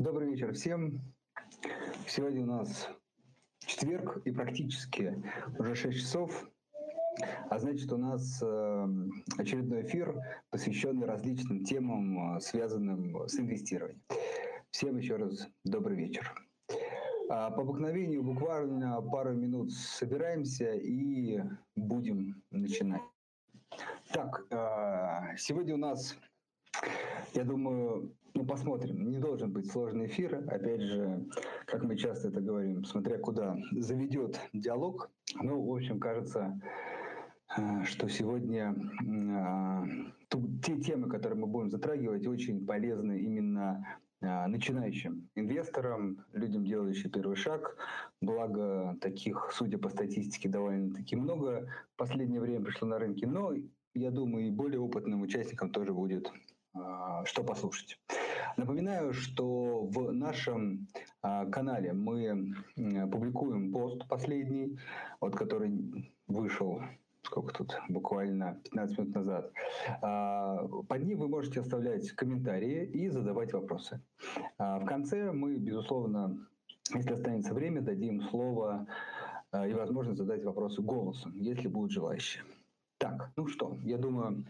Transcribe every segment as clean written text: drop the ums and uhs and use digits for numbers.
Добрый вечер всем. Сегодня у нас четверг и практически уже 6 часов, а значит у нас очередной эфир, посвященный различным темам, связанным с инвестированием. Всем еще раз добрый вечер. По обыкновению буквально пару минут собираемся и будем начинать. Так, сегодня у нас, я думаю, посмотрим. Не должен быть сложный эфир. Опять же, как мы часто это говорим, смотря куда заведет диалог. В общем, кажется, что сегодня те темы, которые мы будем затрагивать, очень полезны именно начинающим инвесторам, людям, делающим первый шаг. Благо, таких, судя по статистике, довольно-таки много в последнее время пришло на рынке. Но, я думаю, и более опытным участникам тоже будет что послушать. Напоминаю, что в нашем канале мы публикуем пост последний, который вышел буквально 15 минут назад. Под ним вы можете оставлять комментарии и задавать вопросы. В конце мы, безусловно, если останется время, дадим слово и возможность задать вопросы голосом, если будут желающие. Так, я думаю,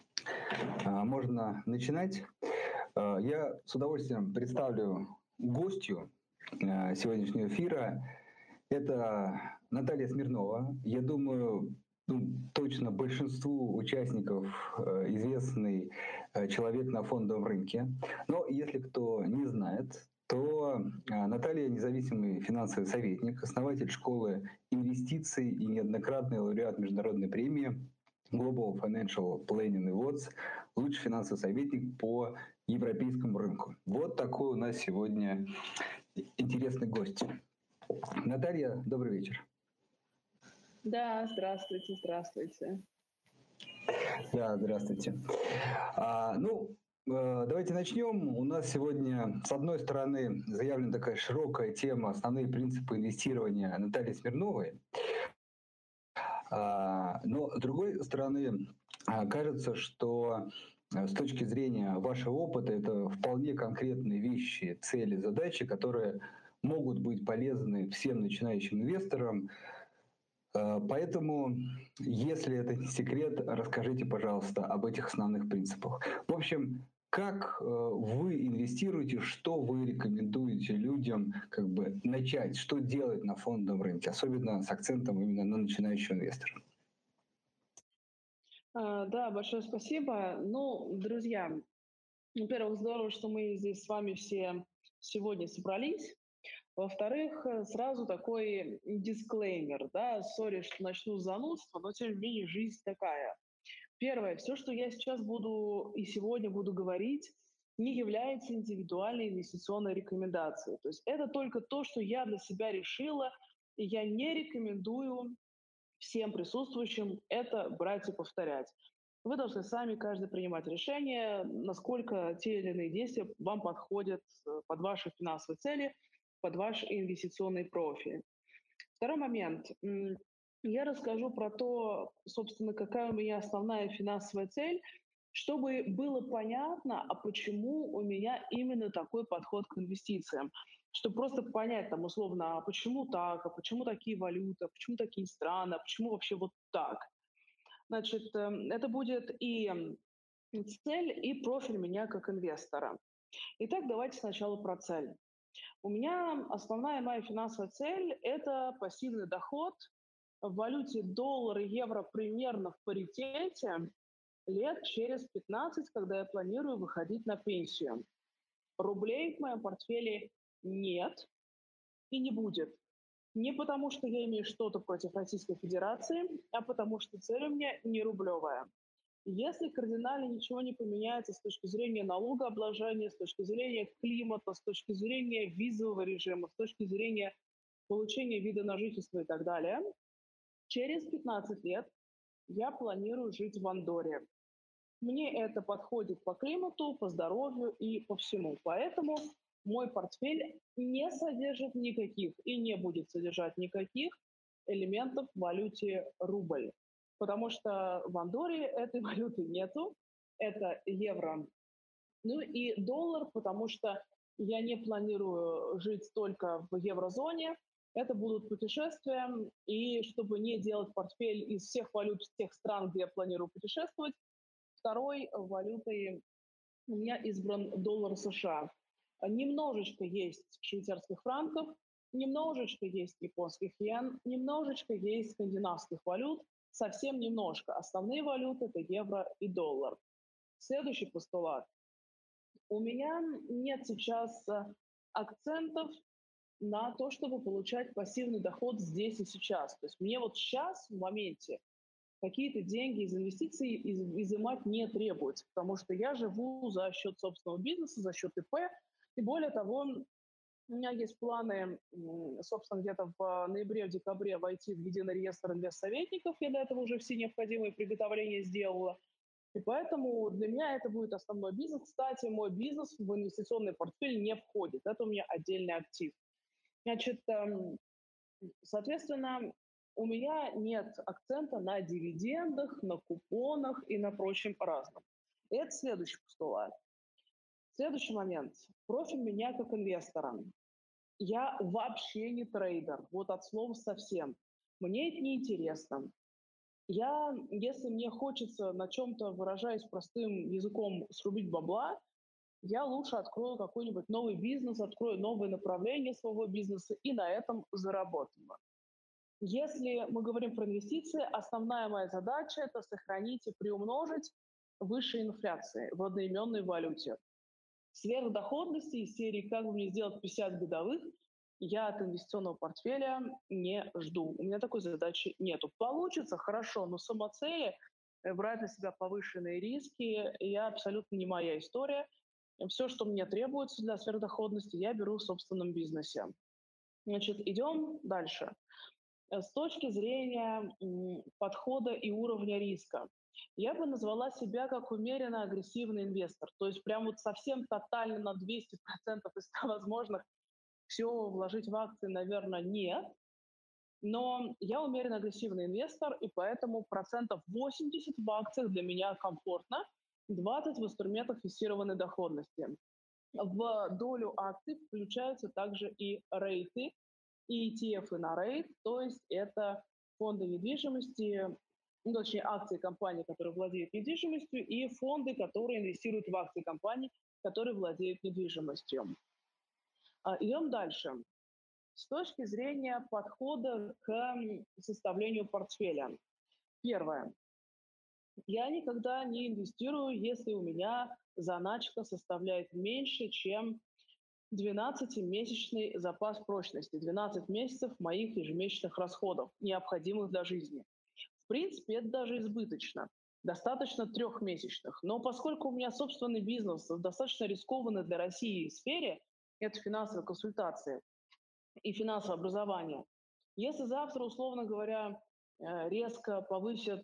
можно начинать. Я с удовольствием представлю гостью сегодняшнего эфира. Это Наталья Смирнова. Я думаю, точно большинству участников известный человек на фондовом рынке. Но если кто не знает, то Наталья — независимый финансовый советник, основатель школы инвестиций и неоднократный лауреат международной премии Global Financial Planning Awards, лучший финансовый советник по европейскому рынку. Вот такой у нас сегодня интересный гость. Наталья, добрый вечер. Да, здравствуйте. Да, здравствуйте. Давайте начнем. У нас сегодня, с одной стороны, заявлена такая широкая тема «Основные принципы инвестирования» Натальи Смирновой. Но, с другой стороны, кажется, что с точки зрения вашего опыта это вполне конкретные вещи, цели, задачи, которые могут быть полезны всем начинающим инвесторам. Поэтому, если это не секрет, расскажите, пожалуйста, об этих основных принципах. В общем, как вы инвестируете, что вы рекомендуете людям начать, что делать на фондовом рынке, особенно с акцентом именно на начинающего инвестора? Да, большое спасибо. Друзья, во-первых, здорово, что мы здесь с вами все сегодня собрались. Во-вторых, сразу такой дисклеймер, да, сори, что начну с занудства, но тем не менее жизнь такая. Первое, все, что я сейчас буду и сегодня буду говорить, не является индивидуальной инвестиционной рекомендацией. То есть это только то, что я для себя решила, и я не рекомендую всем присутствующим это брать и повторять. Вы должны сами каждый принимать решение, насколько те или иные действия вам подходят под ваши финансовые цели, под ваш инвестиционный профиль. Второй момент. Я расскажу про то, собственно, какая у меня основная финансовая цель, чтобы было понятно, а почему у меня именно такой подход к инвестициям. Чтобы просто понять, условно, а почему так, а почему такие валюты, а почему такие страны, а почему вообще вот так. Значит, это будет и цель, и профиль меня как инвестора. Итак, давайте сначала про цель. У меня основная моя финансовая цель — это пассивный доход в валюте доллар и евро примерно в паритете лет через 15, когда я планирую выходить на пенсию. Рублей в моем портфеле нет и не будет. Не потому, что я имею что-то против Российской Федерации, а потому что цель у меня не рублевая. Если кардинально ничего не поменяется с точки зрения налогообложения, с точки зрения климата, с точки зрения визового режима, с точки зрения получения вида на жительство и так далее, через 15 лет я планирую жить в Андорре. Мне это подходит по климату, по здоровью и по всему. Поэтому мой портфель не содержит никаких и не будет содержать никаких элементов в валюте рубль. Потому что в Андорре этой валюты нету, это евро. И доллар, потому что Я не планирую жить только в еврозоне. Это будут путешествия. И чтобы не делать портфель из всех валют тех стран, где я планирую путешествовать, второй валютой у меня избран доллар США. Немножечко есть швейцарских франков, немножечко есть японских йен, немножечко есть скандинавских валют, совсем немножко. Основные валюты – это евро и доллар. Следующий постулат. У меня нет сейчас акцентов на то, чтобы получать пассивный доход здесь и сейчас. То есть мне вот сейчас, в моменте, какие-то деньги из инвестиций изымать не требуется, потому что я живу за счет собственного бизнеса, за счет ИП. И более того, у меня есть планы, собственно, где-то в ноябре-декабре войти в единый реестр инвестсоветников. Я для этого уже все необходимые приготовления сделала. И поэтому для меня это будет основной бизнес. Кстати, мой бизнес в инвестиционный портфель не входит. Это у меня отдельный актив. Значит, соответственно, у меня нет акцента на дивидендах, на купонах и на прочем разном. Это следующий постулат. Следующий момент. Профиль меня как инвестора. Я вообще не трейдер, вот от слова совсем. Мне это не интересно. Если мне хочется на чем-то, выражаясь простым языком, срубить бабла, я лучше открою какой-нибудь новый бизнес, открою новое направление своего бизнеса и на этом заработаю. Если мы говорим про инвестиции, основная моя задача – это сохранить и приумножить выше инфляции в одноименной валюте. Сверхдоходности из серии «Как бы мне сделать 50 годовых» я от инвестиционного портфеля не жду. У меня такой задачи нету. Получится – хорошо, но самоцели, брать на себя повышенные риски – я абсолютно не моя история. Все, что мне требуется для сверхдоходности, я беру в собственном бизнесе. Значит, идем дальше. С точки зрения подхода и уровня риска, я бы назвала себя как умеренно агрессивный инвестор. То есть прям вот совсем тотально на 200% из 100 возможных все вложить в акции, наверное, нет. Но я умеренно агрессивный инвестор, и поэтому 80% в акциях для меня комфортно, 20% в инструментах фиксированной доходности. В долю акций включаются также и рейты, и ETF на рейт, то есть это фонды недвижимости, ну, точнее акции компаний, которые владеют недвижимостью, и фонды, которые инвестируют в акции компаний, которые владеют недвижимостью. Идем дальше. С точки зрения подхода к составлению портфеля. Первое. Я никогда не инвестирую, если у меня заначка составляет меньше, чем 12-месячный запас прочности, 12 месяцев моих ежемесячных расходов, необходимых для жизни. В принципе, это даже избыточно. Достаточно 3-месячных. Но поскольку у меня собственный бизнес в достаточно рискованной для России сфере, это финансовые консультации и финансовое образование, если завтра, условно говоря, резко повысят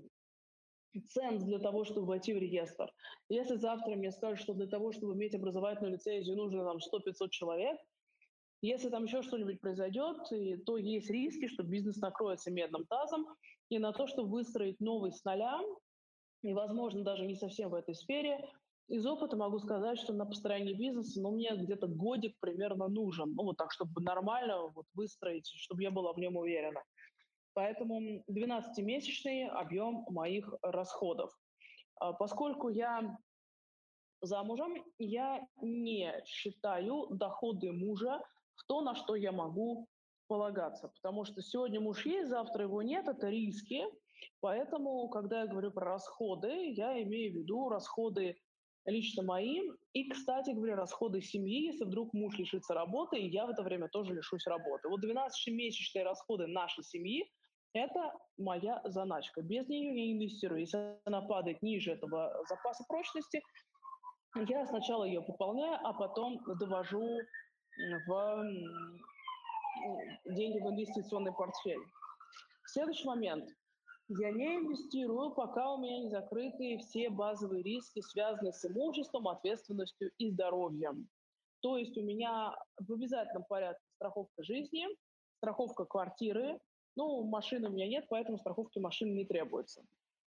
ценз для того, чтобы войти в реестр. Если завтра мне скажут, что для того, чтобы иметь образовательную лицензию, нужно там 100-500 человек, если там еще что-нибудь произойдет, то есть риски, что бизнес накроется медным тазом, и на то, чтобы выстроить новый с нуля, и, возможно, даже не совсем в этой сфере, из опыта могу сказать, что на построение бизнеса, мне где-то годик примерно нужен, вот так, чтобы нормально выстроить, чтобы я была в нем уверена. Поэтому 12-месячный объем моих расходов. Поскольку я замужем, я не считаю доходы мужа в то, на что я могу полагаться. Потому что сегодня муж есть, завтра его нет, это риски. Поэтому, когда я говорю про расходы, я имею в виду расходы лично мои. И, кстати говоря, расходы семьи, если вдруг муж лишится работы, и я в это время тоже лишусь работы. Вот 12-месячные расходы нашей семьи – это моя заначка. Без нее я не инвестирую. Если она падает ниже этого запаса прочности, я сначала ее пополняю, а потом довожу в деньги в инвестиционный портфель. Следующий момент. Я не инвестирую, пока у меня не закрыты все базовые риски, связанные с имуществом, ответственностью и здоровьем. То есть у меня в обязательном порядке страховка жизни, страховка квартиры. Машины у меня нет, поэтому страховки машины не требуется.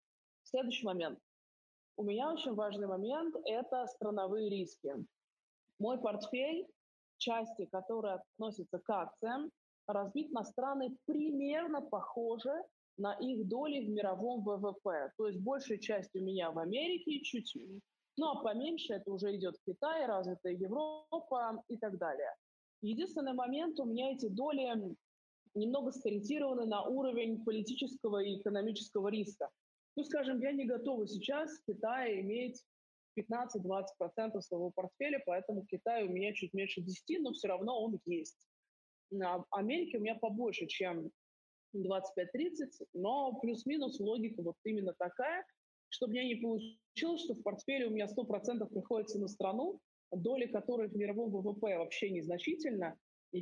Следующий момент. У меня очень важный момент – это страновые риски. Мой портфель, части, которые относятся к акциям, разбит на страны примерно похожи на их доли в мировом ВВП. То есть большая часть у меня в Америке, чуть, ну а поменьше это уже идет Китай, развитая Европа и так далее. Единственный момент, у меня эти доли немного скорректированы на уровень политического и экономического риска. Ну, скажем, я не готова сейчас в Китае иметь 15-20% своего портфеля, поэтому Китай у меня чуть меньше 10, но все равно он есть. На Америке у меня побольше, чем 25-30, но плюс-минус логика вот именно такая, чтобы мне не получилось, что в портфеле у меня 100% приходится на страну, доля которой в мировом ВВП вообще незначительна, и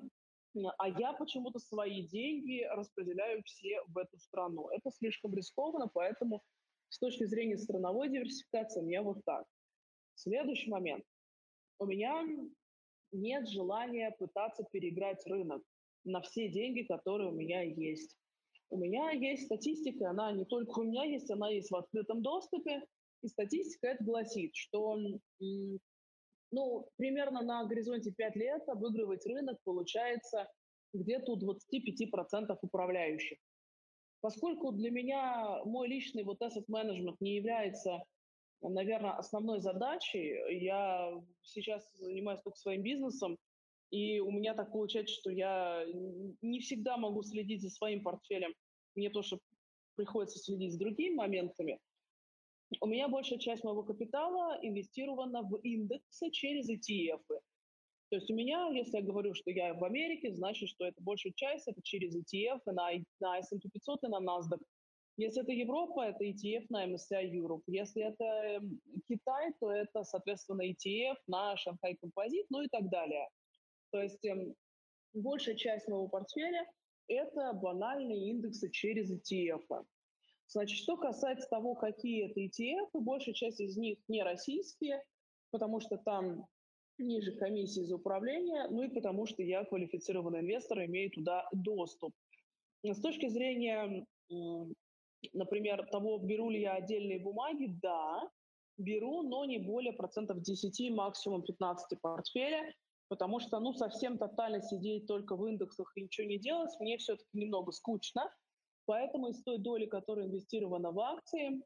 я почему-то свои деньги распределяю все в эту страну. Это слишком рискованно, поэтому с точки зрения страновой диверсификации у меня вот так. Следующий момент. У меня нет желания пытаться переиграть рынок на все деньги, которые у меня есть. У меня есть статистика, она не только у меня есть, она есть в открытом доступе. И статистика это гласит, что ну, примерно на горизонте 5 лет обыгрывать рынок получается где-то у 25% управляющих. Поскольку для меня мой личный вот asset management не является, наверное, основной задачей, я сейчас занимаюсь только своим бизнесом, и у меня так получается, что я не всегда могу следить за своим портфелем. Мне тоже приходится следить с другими моментами. У меня большая часть моего капитала инвестирована в индексы через ETF. То есть у меня, если я говорю, что я в Америке, значит, что это большая часть, это через ETF на S&P 500 и на NASDAQ. Если это Европа, это ETF на MSCI Europe. Если это Китай, то это, соответственно, ETF на Шанхай Композит, ну и так далее. То есть большая часть моего портфеля – это банальные индексы через ETF. Значит, что касается того, какие это ETF, большая часть из них не российские, потому что там ниже комиссии за управление, ну и потому что я квалифицированный инвестор, имею туда доступ. С точки зрения, например, того, беру ли я отдельные бумаги, да, беру, но не более процентов 10, максимум 15 портфеля, потому что, ну, совсем тотально сидеть только в индексах и ничего не делать, мне все-таки немного скучно. Поэтому из той доли, которая инвестирована в акции,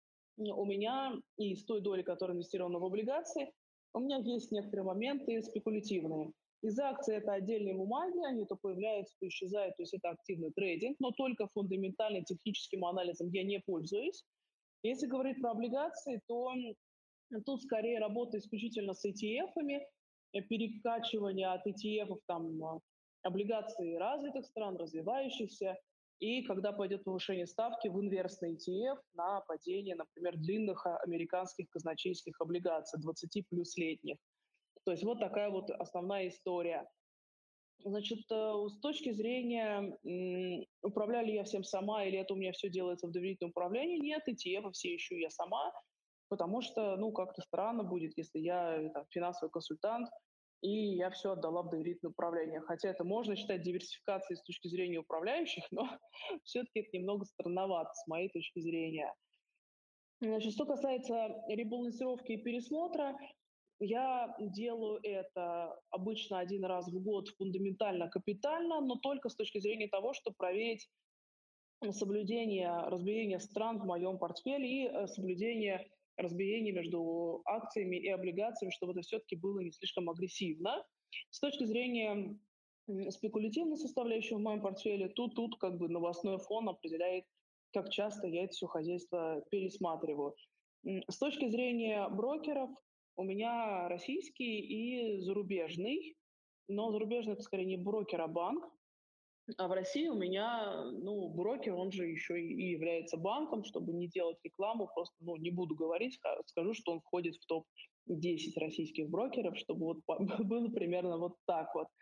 у меня и из той доли, которая инвестирована в облигации, у меня есть некоторые моменты спекулятивные. Из акций это отдельные бумаги, они то появляются, то исчезают, то есть это активный трейдинг, но только фундаментально техническим анализом я не пользуюсь. Если говорить про облигации, то тут скорее работа исключительно с ETF-ами, перекачивание от ETF там облигаций развитых стран, развивающихся, и когда пойдет повышение ставки в инверсный ETF на падение, например, длинных американских казначейских облигаций, 20 плюс летних. То есть вот такая вот основная история. Значит, с точки зрения, управляю ли я всем сама или это у меня все делается в доверительном управлении, нет, ETF все ищу я сама, потому что, ну, как-то странно будет, если я там, финансовый консультант, и я все отдала в доверительное управление. Хотя это можно считать диверсификацией с точки зрения управляющих, но все-таки это немного странновато с моей точки зрения. Значит, что касается ребалансировки и пересмотра, я делаю это обычно один раз в год фундаментально, капитально, но только с точки зрения того, чтобы проверить соблюдение разбиения стран в моем портфеле и соблюдение разбиения между акциями и облигациями, чтобы это все-таки было не слишком агрессивно. С точки зрения спекулятивной составляющей в моем портфеле, тут как бы новостной фон определяет, как часто я это все хозяйство пересматриваю. С точки зрения брокеров, у меня российский и зарубежный, но зарубежный это скорее не брокер, а банк. А в России у меня, ну, брокер, он же еще и является банком, чтобы не делать рекламу, просто, ну, не буду говорить, скажу, что он входит в топ-10 российских брокеров, чтобы вот было примерно вот так вот.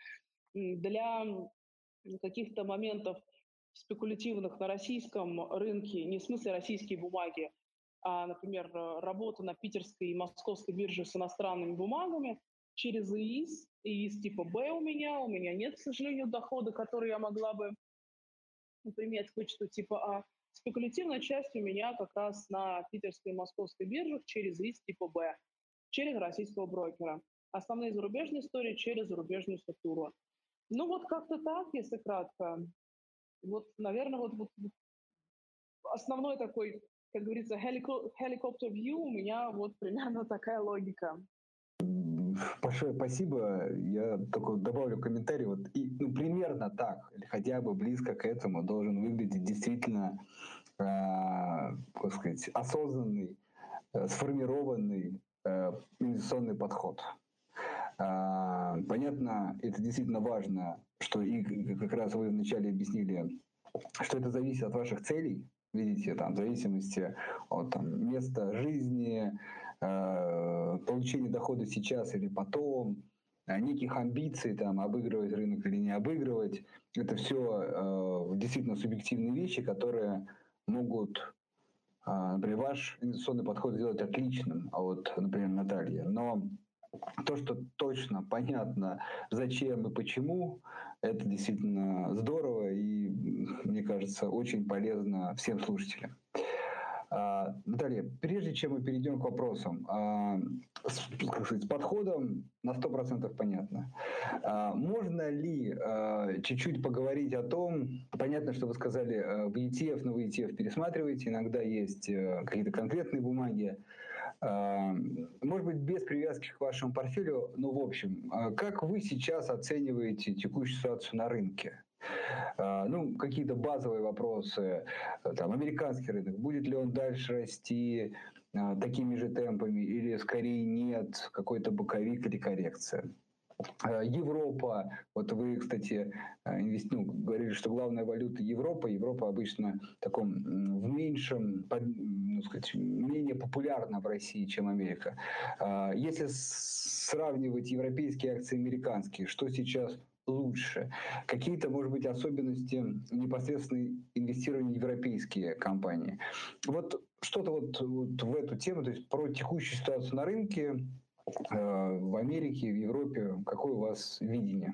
Для каких-то моментов спекулятивных на российском рынке, не в смысле российские бумаги, а, например, работа на питерской и московской бирже с иностранными бумагами через ИИС, ИИС типа Б у меня нет, к сожалению, дохода, который я могла бы применять к вычету типа А. Спекулятивная часть у меня как раз на питерской и московской биржах через ИИС типа Б, через российского брокера. основные зарубежные истории через зарубежную структуру. Ну вот как-то так, если кратко. Вот, наверное, вот основной такой, как говорится, helicopter view у меня вот примерно такая логика. Большое спасибо. Я только добавлю комментарий. Вот ну, примерно так, или хотя бы близко к этому должен выглядеть действительно, как сказать, осознанный, сформированный инвестиционный подход. Понятно, это действительно важно, что и как раз вы вначале объяснили, что это зависит от ваших целей, видите, там, в зависимости от там, места жизни, получения дохода сейчас или потом, неких амбиций, там, обыгрывать рынок или не обыгрывать. Это все действительно субъективные вещи, которые могут, например, ваш инвестиционный подход сделать отличным от, например, Натальи. Но то, что точно понятно, зачем и почему, это действительно здорово и, мне кажется, очень полезно всем слушателям. Наталья, прежде чем мы перейдем к вопросам, с подходом на 100% понятно. Можно ли чуть-чуть поговорить о том, понятно, что вы сказали, в ETF, но вы ETF пересматриваете, иногда есть какие-то конкретные бумаги, может быть, без привязки к вашему портфелю, но в общем, как вы сейчас оцениваете текущую ситуацию на рынке? Ну, какие-то базовые вопросы, там, американский рынок, будет ли он дальше расти такими же темпами или скорее нет, какой-то боковик или коррекция? Европа, вот вы, кстати, говорили, что главная валюта Европа. Европа обычно в таком в меньшем, ну, сказать, менее популярна в России, чем Америка. Если сравнивать европейские акции и американские, что сейчас лучше? Какие-то, может быть, особенности непосредственно инвестирования в европейские компании? Вот что-то вот в эту тему, то есть про текущую ситуацию на рынке, в Америке, в Европе. Какое у вас видение?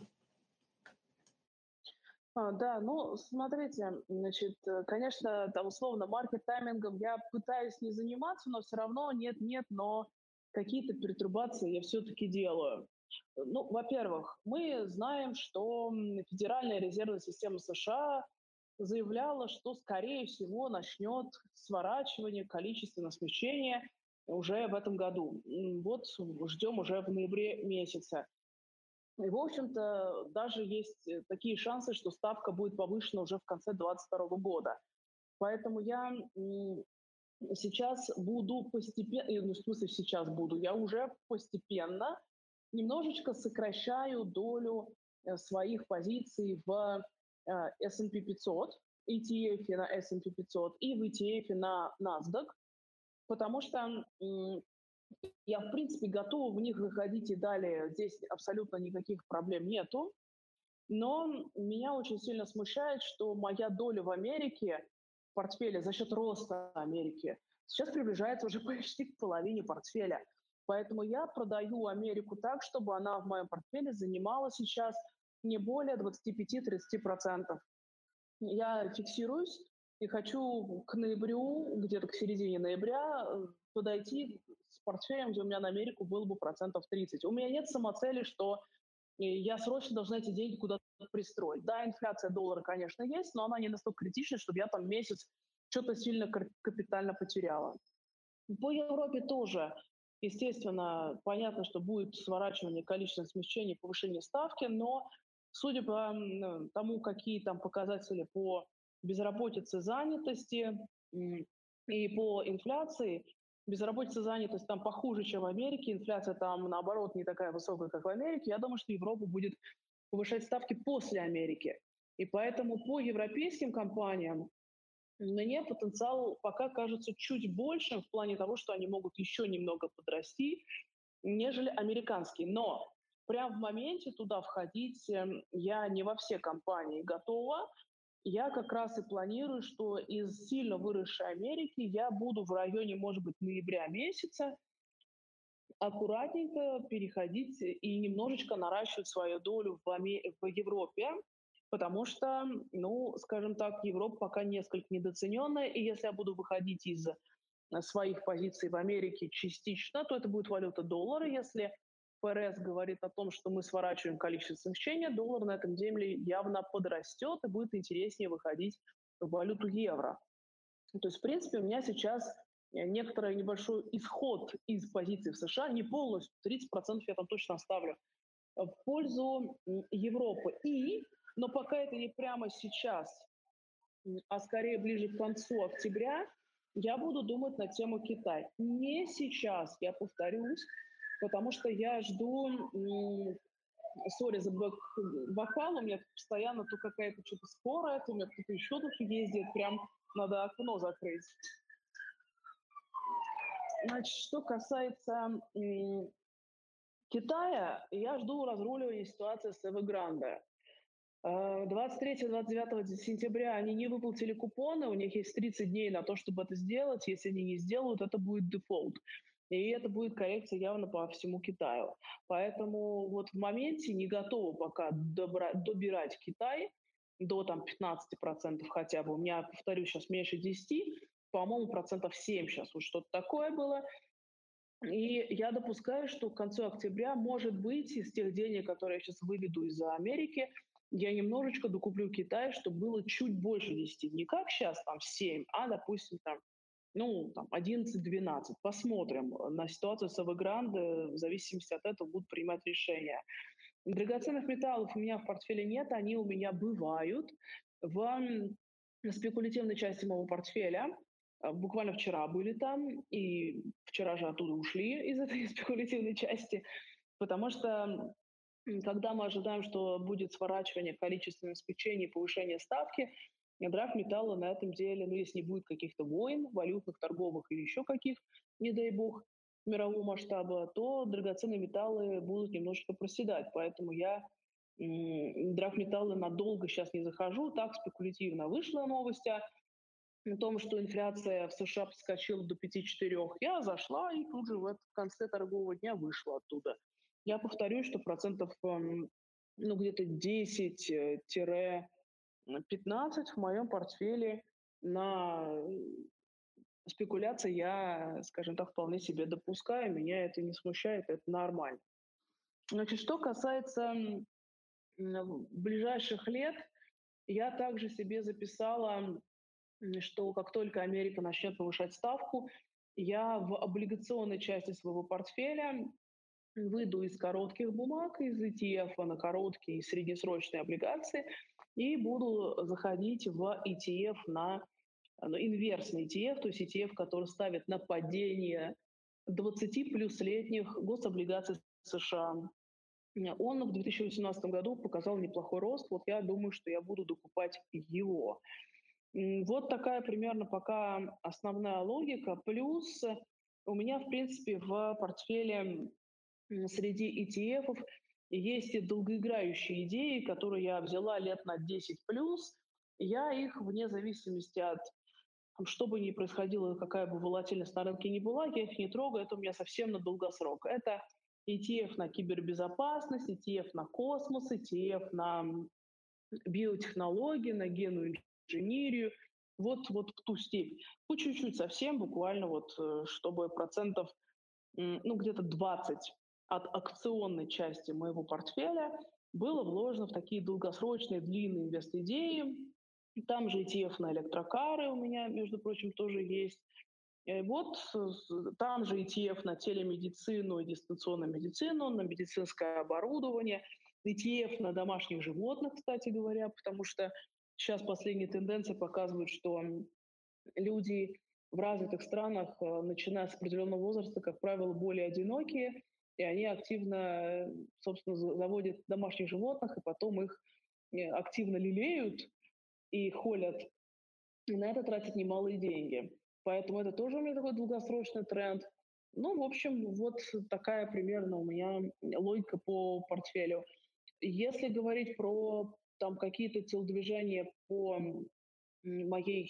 Да, ну, смотрите, значит, конечно, там условно маркет-таймингом я пытаюсь не заниматься, но все равно нет-нет, но какие-то пертурбации я все-таки делаю. Ну, во-первых, мы знаем, что Федеральная резервная система США заявляла, что, скорее всего, начнет сворачивание количественного смещения уже в этом году. Вот ждем уже в ноябре месяце. И, в общем-то, даже есть такие шансы, что ставка будет повышена уже в конце 2022 года. Поэтому я сейчас буду постепенно, ну, в смысле сейчас буду, я уже постепенно немножечко сокращаю долю своих позиций в S&P 500, ETF на S&P 500 и в ETF на NASDAQ, потому что я, в принципе, готова в них выходить и далее. Здесь абсолютно никаких проблем нету. Но меня очень сильно смущает, что моя доля в Америке, в портфеле за счет роста Америки, сейчас приближается уже почти к половине портфеля. Поэтому я продаю Америку так, чтобы она в моем портфеле занимала сейчас не более 25-30%. Я фиксируюсь и хочу к ноябрю, где-то к середине ноября, подойти с портфелем, где у меня на Америку было бы процентов 30. У меня нет самоцели, что я срочно должна эти деньги куда-то пристроить. Да, инфляция доллара, конечно, есть, но она не настолько критична, чтобы я там месяц что-то сильно капитально потеряла. По Европе тоже, естественно, понятно, что будет сворачивание количества смещений, повышение ставки, но судя по тому, какие там показатели по безработице, занятости и по инфляции, безработица, занятость там похуже, чем в Америке, инфляция там, наоборот, не такая высокая, как в Америке, я думаю, что Европа будет повышать ставки после Америки. И поэтому по европейским компаниям мне потенциал пока кажется чуть большим в плане того, что они могут еще немного подрасти, нежели американские. Но прямо в моменте туда входить я не во все компании готова. Я как раз и планирую, что из сильно выросшей Америки я буду в районе, может быть, ноября месяца аккуратненько переходить и немножечко наращивать свою долю в Европе, потому что, ну, скажем так, Европа пока несколько недооцененная, и если я буду выходить из своих позиций в Америке частично, то это будет валюта доллара, если ФРС говорит о том, что мы сворачиваем количество смягчения, доллар на этом деле явно подрастет и будет интереснее выходить в валюту евро. То есть, в принципе, у меня сейчас некоторый небольшой исход из позиции в США, не полностью, 30% я там точно оставлю, в пользу Европы. Но пока это не прямо сейчас, а скорее ближе к концу октября, я буду думать на тему Китая. Не сейчас, я повторюсь, потому что я жду, сори за вокал, у меня постоянно то какая-то что-то скорая, то у меня кто-то еще тут ездит, прям надо окно закрыть. Значит, что касается Китая, я жду разруливания ситуации с Evergrande. 23-29 сентября они не выплатили купоны, у них есть 30 дней на то, чтобы это сделать. Если они не сделают, это будет дефолт. И это будет коррекция явно по всему Китаю. Поэтому вот в моменте не готова пока добирать Китай до там, 15% хотя бы. У меня, повторюсь, сейчас меньше 10, по-моему, процентов 7 сейчас. Вот что-то такое было. И я допускаю, что к концу октября, может быть, из тех денег, которые я сейчас выведу из Америки, я немножечко докуплю Китай, чтобы было чуть больше 10. Не как сейчас, там, 7, а, допустим, там, ну, там, 11-12. Посмотрим на ситуацию с Evergrande, в зависимости от этого будут принимать решения. Драгоценных металлов у меня в портфеле нет, они у меня бывают в спекулятивной части моего портфеля. Буквально вчера были там, и вчера же оттуда ушли из этой спекулятивной части, потому что когда мы ожидаем, что будет сворачивание количественных смягчений, повышение ставки, драгметаллы на этом деле, ну, если не будет каких-то войн, валютных, торговых или еще каких, не дай бог, мирового масштаба, то драгоценные металлы будут немножко проседать. Поэтому я драгметаллы надолго сейчас не захожу. Так спекулятивно вышла новость о том, что инфляция в США подскочила до 5,4. Я зашла и тут же в конце торгового дня вышла оттуда. Я повторюсь, что процентов ну, где-то 10-15 в моем портфеле на спекуляции я, скажем так, вполне себе допускаю. Меня это не смущает, это нормально. Значит, что касается ближайших лет, я также себе записала, что как только Америка начнет повышать ставку, я в облигационной части своего портфеля выйду из коротких бумаг, из ETF на короткие и среднесрочные облигации и буду заходить в ETF на инверсный ETF, то есть ETF, который ставит на падение 20 плюс летних гособлигаций США. Он в 2018 году показал неплохой рост. Вот я думаю, что я буду докупать его. Вот такая примерно пока основная логика. Плюс у меня, в принципе, в портфеле среди ETF есть и долгоиграющие идеи, которые я взяла лет на 10 плюс. Я их, вне зависимости от что бы ни происходило, какая бы волатильность на рынке ни была, я их не трогаю, это у меня совсем на долгосрок. Это ETF на кибербезопасность, ETF на космос, ETF на биотехнологии, на генную инженерию, вот в ту степь. По чуть-чуть совсем, буквально вот, чтобы процентов, ну, где-то 20 от акционной части моего портфеля было вложено в такие долгосрочные, длинные инвест-идеи. Там же ETF на электрокары у меня, между прочим, тоже есть. Вот там же ETF на телемедицину и дистанционную медицину, на медицинское оборудование, ETF на домашних животных, кстати говоря, потому что сейчас последние тенденции показывают, что люди в развитых странах, начиная с определенного возраста, как правило, более одинокие, и они активно, собственно, заводят домашних животных, и потом их активно лелеют и холят, и на это тратят немалые деньги. Поэтому это тоже у меня такой долгосрочный тренд. Ну, в общем, вот такая примерно у меня логика по портфелю. Если говорить про там какие-то телодвижения по моей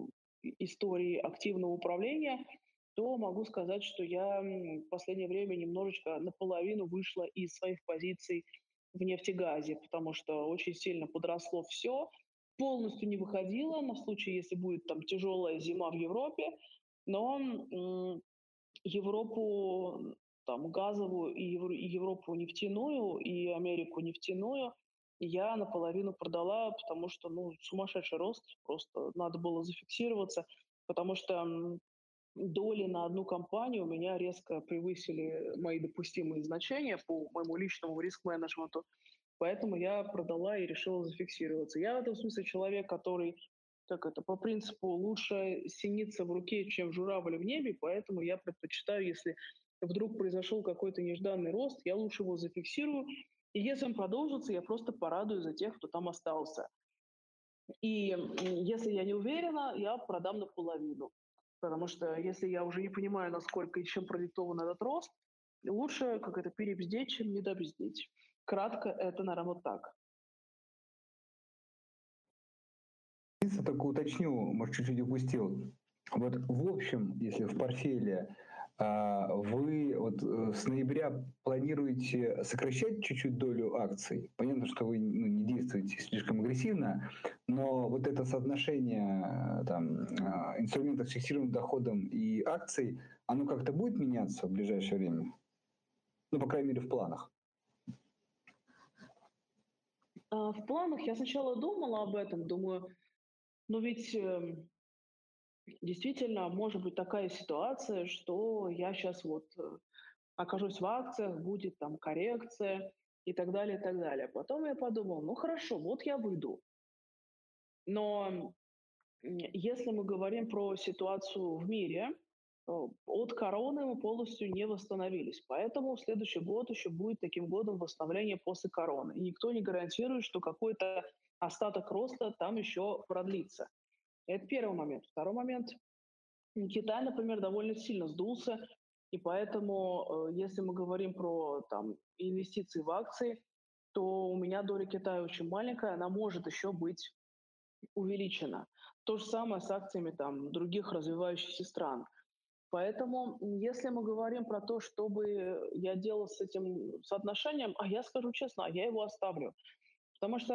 истории активного управления, то могу сказать, что я в последнее время немножечко наполовину вышла из своих позиций в нефтегазе, потому что очень сильно подросло все, полностью не выходила на случай, если будет там тяжелая зима в Европе, но Европу там газовую и Европу нефтяную, и Америку нефтяную я наполовину продала, потому что, ну, сумасшедший рост, просто надо было зафиксироваться, потому что доли на одну компанию у меня резко превысили мои допустимые значения по моему личному риск-менеджменту, поэтому я продала и решила зафиксироваться. Я в этом смысле человек, который, как это, по принципу лучше синица в руке, чем журавль в небе, поэтому я предпочитаю, если вдруг произошел какой-то нежданный рост, я лучше его зафиксирую, и если он продолжится, я просто порадую за тех, кто там остался. И если я не уверена, я продам наполовину. Потому что если я уже не понимаю, насколько и чем продиктован этот рост, лучше как это перебздеть, чем недобздеть. Кратко это, наверное, вот так. Только уточню, может, чуть-чуть упустил. Вот в общем, если в портфеле вы вот с ноября планируете сокращать чуть-чуть долю акций? Понятно, что вы не действуете слишком агрессивно, но вот это соотношение там, инструментов с фиксированным доходом и акций, оно как-то будет меняться в ближайшее время? Ну, по крайней мере, в планах. В планах я сначала думала об этом, думаю, но ведь действительно может быть такая ситуация, что я сейчас вот окажусь в акциях, будет там коррекция и так далее, и так далее. Потом я подумала, ну хорошо, вот я выйду. Но если мы говорим про ситуацию в мире, от короны мы полностью не восстановились. Поэтому следующий год еще будет таким годом восстановления после короны. И никто не гарантирует, что какой-то остаток роста там еще продлится. Это первый момент. Второй момент. Китай, например, довольно сильно сдулся. И поэтому, если мы говорим про там, инвестиции в акции, то у меня доля Китая очень маленькая, она может еще быть увеличена. То же самое с акциями там, других развивающихся стран. Поэтому, если мы говорим про то, чтобы я делал с этим соотношением, а я скажу честно, я его оставлю. Потому что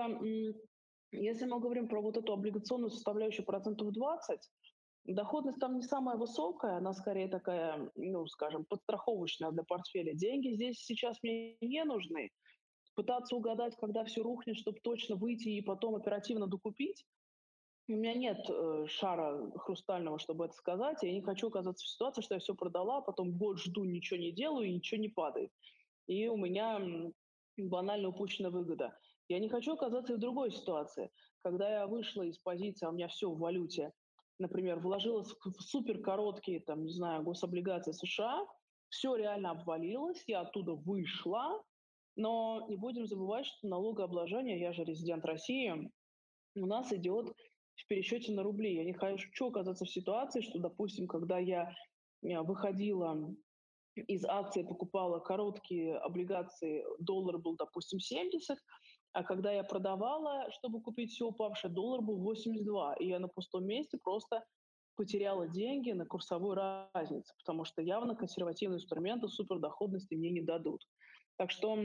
если мы говорим про вот эту облигационную составляющую процентов 20, доходность там не самая высокая, она скорее такая, ну, скажем, подстраховочная для портфеля. Деньги здесь сейчас мне не нужны. Пытаться угадать, когда все рухнет, чтобы точно выйти и потом оперативно докупить, у меня нет шара хрустального, чтобы это сказать. Я не хочу оказаться в ситуации, что я все продала, а потом год жду, ничего не делаю, и ничего не падает. И у меня банально упущена выгода. Я не хочу оказаться и в другой ситуации. Когда я вышла из позиции, а у меня все в валюте, например, вложилась в супер короткие, там, не знаю, гособлигации США, все реально обвалилось, я оттуда вышла, но не будем забывать, что налогообложение, я же резидент России, у нас идет в пересчете на рубли. Я не хочу оказаться в ситуации, что, допустим, когда я выходила из акций, покупала короткие облигации, доллар был, допустим, 70, а когда я продавала, чтобы купить все упавшее, доллар был 82, и я на пустом месте просто потеряла деньги на курсовой разнице, потому что явно консервативные инструменты супердоходности мне не дадут. Так что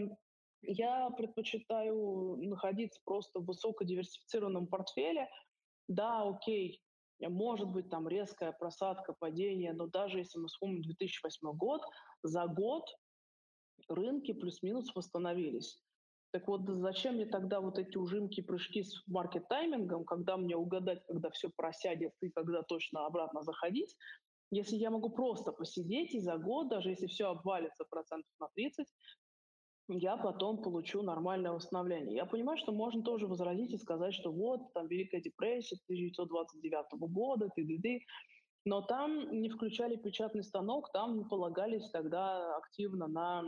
я предпочитаю находиться просто в высокодиверсифицированном портфеле. Да, окей, может быть там резкая просадка, падение, но даже если мы вспомним 2008 год, за год рынки плюс-минус восстановились. Так вот, зачем мне тогда вот эти ужимки, прыжки с маркет-таймингом, когда мне угадать, когда все просядет и когда точно обратно заходить, если я могу просто посидеть и за год, даже если все обвалится процентов на 30, я потом получу нормальное восстановление. Я понимаю, что можно тоже возразить и сказать, что вот, там Великая депрессия 1929 года, ты-ды-ды, но там не включали печатный станок, там полагались тогда активно на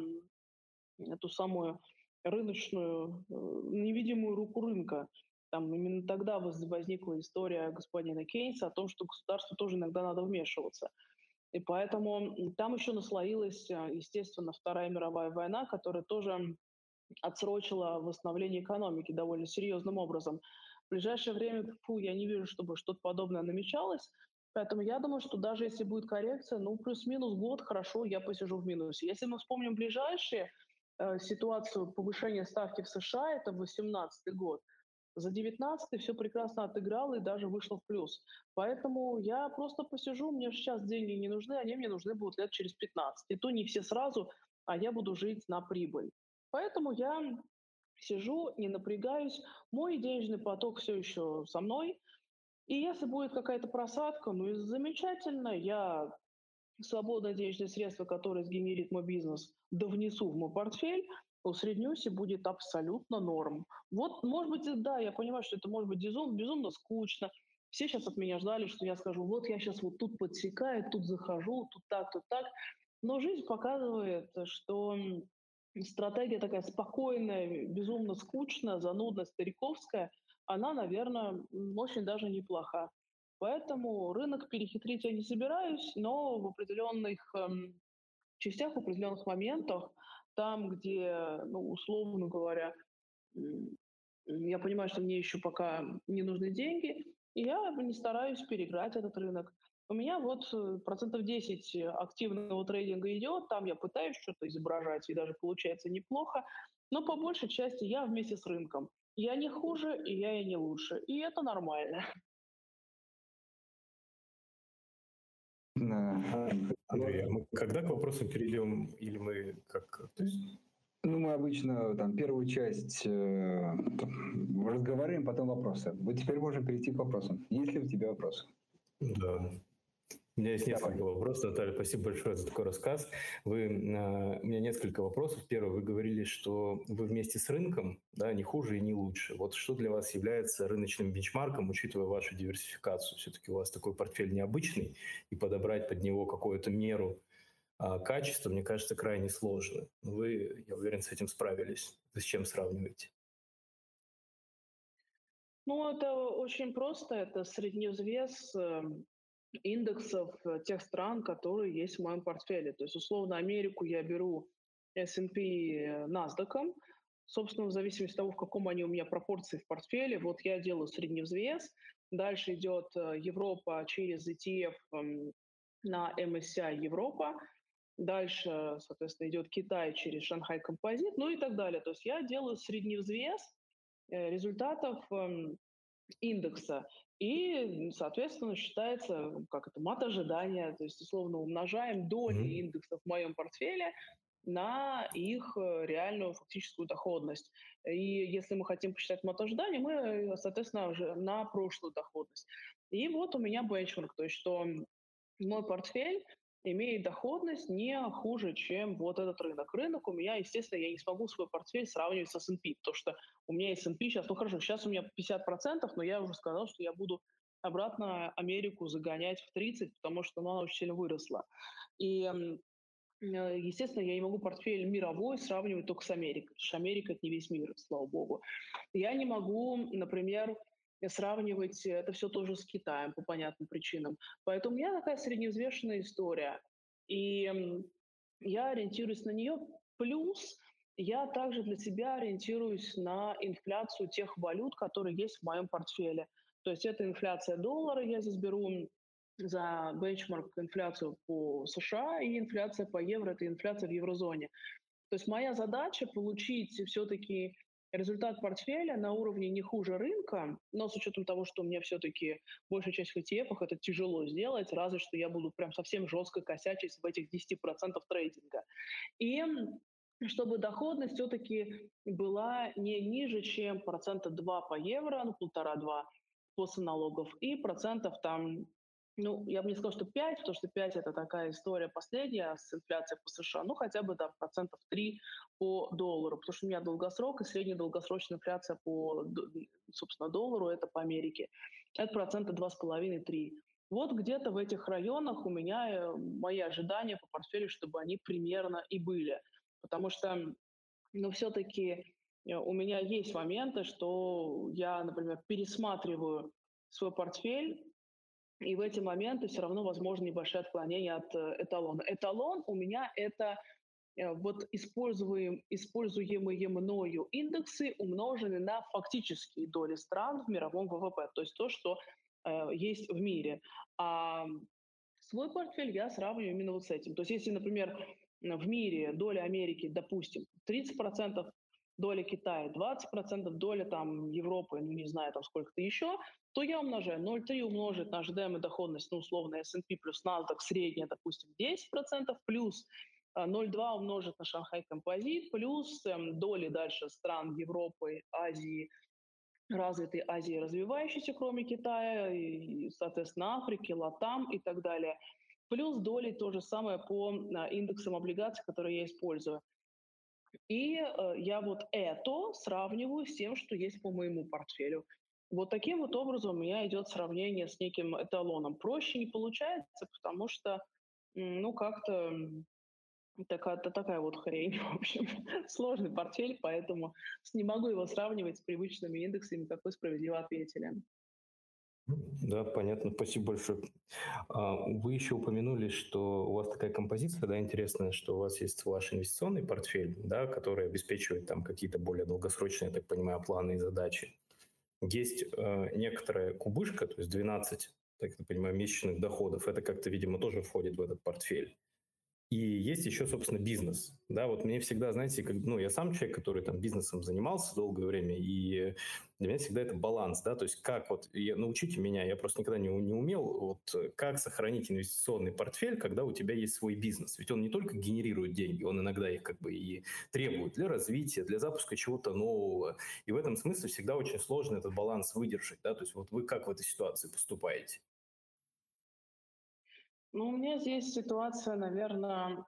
эту самую рыночную, невидимую руку рынка. Там именно тогда возникла история господина Кейнса о том, что государству тоже иногда надо вмешиваться. И поэтому там еще наслоилась, естественно, Вторая мировая война, которая тоже отсрочила восстановление экономики довольно серьезным образом. В ближайшее время я не вижу, чтобы что-то подобное намечалось. Поэтому я думаю, что даже если будет коррекция, ну, плюс-минус год, хорошо, я посижу в минусе. Если мы вспомним ближайшие ситуацию повышения ставки в США, это 2018 год, за 19 все прекрасно отыграл и даже вышло в плюс. Поэтому я просто посижу, мне сейчас деньги не нужны, они мне нужны будут лет через 15. И то не все сразу, а я буду жить на прибыль. Поэтому я сижу, не напрягаюсь, мой денежный поток все еще со мной, и если будет какая-то просадка, ну и замечательно, я свободное денежные средства, которые сгенерит мой бизнес, довнесу в мой портфель, усреднюсь и будет абсолютно норм. Вот, может быть, да, я понимаю, что это может быть безумно скучно. Все сейчас от меня ждали, что я скажу, вот я сейчас вот тут подсекаю, тут захожу, тут так, тут так. Но жизнь показывает, что стратегия такая спокойная, безумно скучная, занудная, стариковская, она, наверное, очень даже неплоха. Поэтому рынок перехитрить я не собираюсь, но в определенных частях, в определенных моментах, там, где, ну, условно говоря, м, я понимаю, что мне еще пока не нужны деньги, и я не стараюсь переиграть этот рынок. У меня вот процентов 10 активного трейдинга идет, там я пытаюсь что-то изображать, и даже получается неплохо, но по большей части я вместе с рынком. Я не хуже, и я и не лучше, и это нормально. Да. Андрей, а мы когда к вопросам перейдем, или мы как? То есть, Ну, мы обычно там первую часть разговариваем, потом вопросы. Вот теперь можем перейти к вопросам. Есть ли у тебя вопросы? да. У меня есть Давай. несколько вопросов. Наталья, спасибо большое за такой рассказ. У меня несколько вопросов. Первый, вы говорили, что вы вместе с рынком, да, не хуже и не лучше. Вот что для вас является рыночным бенчмарком, учитывая вашу диверсификацию? Все-таки у вас такой портфель необычный, и подобрать под него какую-то меру качества, мне кажется, крайне сложно. Вы, я уверен, с этим справились. Вы с чем сравниваете? Ну, это очень просто. Это средневзвес индексов тех стран, которые есть в моем портфеле. То есть, условно, Америку я беру S&P NASDAQ. Собственно, в зависимости от того, в каком они у меня пропорции в портфеле, вот я делаю средневзвес. Дальше идет Европа через ETF на MSCI Европа. Дальше, соответственно, идет Китай через Шанхай Композит, ну и так далее. То есть я делаю средневзвес результатов индекса. И, соответственно, считается, как это, мат ожидания, то есть, условно, умножаем доли Мгм. индексов в моем портфеле на их реальную фактическую доходность. И если мы хотим посчитать мат ожидания, мы, соответственно, уже на прошлую доходность. И вот у меня бенчмарк, то есть что мой портфель имеет доходность не хуже, чем вот этот рынок. Рынок у меня, естественно, я не смогу свой портфель сравнивать с S&P, потому что у меня S&P сейчас, ну хорошо, сейчас у меня 50%, но я уже сказал, что я буду обратно Америку загонять в 30, потому что ну, она очень сильно выросла. И, естественно, я не могу портфель мировой сравнивать только с Америкой, потому что Америка — это не весь мир, слава богу. Я не могу, например, сравнивать это все тоже с Китаем по понятным причинам. Поэтому у меня такая средневзвешенная история. И я ориентируюсь на нее. Плюс я также для себя ориентируюсь на инфляцию тех валют, которые есть в моем портфеле. То есть это инфляция доллара, я здесь беру за бенчмарк инфляцию по США, и инфляция по евро — это инфляция в еврозоне. То есть моя задача получить все-таки результат портфеля на уровне не хуже рынка, но с учетом того, что у меня все-таки большая часть в ETF, это тяжело сделать, разве что я буду прям совсем жестко косячить в этих 10% трейдинга. И чтобы доходность все-таки была не ниже, чем процента 2 по евро, ну, полтора-два после налогов, и процентов там, ну, я бы не сказал, что 5, потому что 5 это такая история последняя с инфляцией по США, ну, хотя бы там процентов 3 по доллару, потому что у меня долгосрок и средняя долгосрочная инфляция по, собственно, доллару, это по Америке, это процента 2,5-3. Вот где-то в этих районах у меня мои ожидания по портфелю, чтобы они примерно и были. Потому что, ну, все-таки у меня есть моменты, что я, например, пересматриваю свой портфель, и в эти моменты все равно возможно небольшое отклонение от эталона. Эталон у меня это вот используемые мною индексы, умноженные на фактические доли стран в мировом ВВП, то есть то, что есть в мире. А свой портфель я сравниваю именно вот с этим. То есть если, например, в мире доля Америки, допустим, 30% доля Китая, 20% доля там Европы, ну не знаю, там сколько-то еще, то я умножаю 0,3 умножить на ожидаемую доходность, ну условно S&P плюс NASDAQ средняя, допустим, 10% плюс 0,2 умножить на Шанхай Композит, плюс доли дальше стран Европы, Азии, развитой Азии, развивающейся, кроме Китая, и, соответственно, Африки, Латам и так далее. Плюс доли то же самое по индексам облигаций, которые я использую. И я вот это сравниваю с тем, что есть по моему портфелю. Вот таким вот образом у меня идет сравнение с неким эталоном. Проще не получается, потому что, ну, как-то такая вот хрень, в общем. Сложный портфель, поэтому не могу его сравнивать с привычными индексами, как вы справедливо ответили. Да, понятно, спасибо большое. Вы еще упомянули, что у вас такая композиция, да, интересная, что у вас есть ваш инвестиционный портфель, да, который обеспечивает там какие-то более долгосрочные, я так понимаю, планы и задачи. Есть некоторая кубышка, то есть 12, так я понимаю, месячных доходов. Это как-то, видимо, тоже входит в этот портфель. И есть еще, собственно, бизнес. Да, вот мне всегда, знаете, я сам человек, который там бизнесом занимался долгое время, и для меня всегда это баланс, да, то есть как научите меня, я просто никогда не умел, как сохранить инвестиционный портфель, когда у тебя есть свой бизнес. Ведь он не только генерирует деньги, он иногда их как бы и требует для развития, для запуска чего-то нового. И в этом смысле всегда очень сложно этот баланс выдержать, да, то есть вот вы как в этой ситуации поступаете? Ну, у меня здесь ситуация, наверное,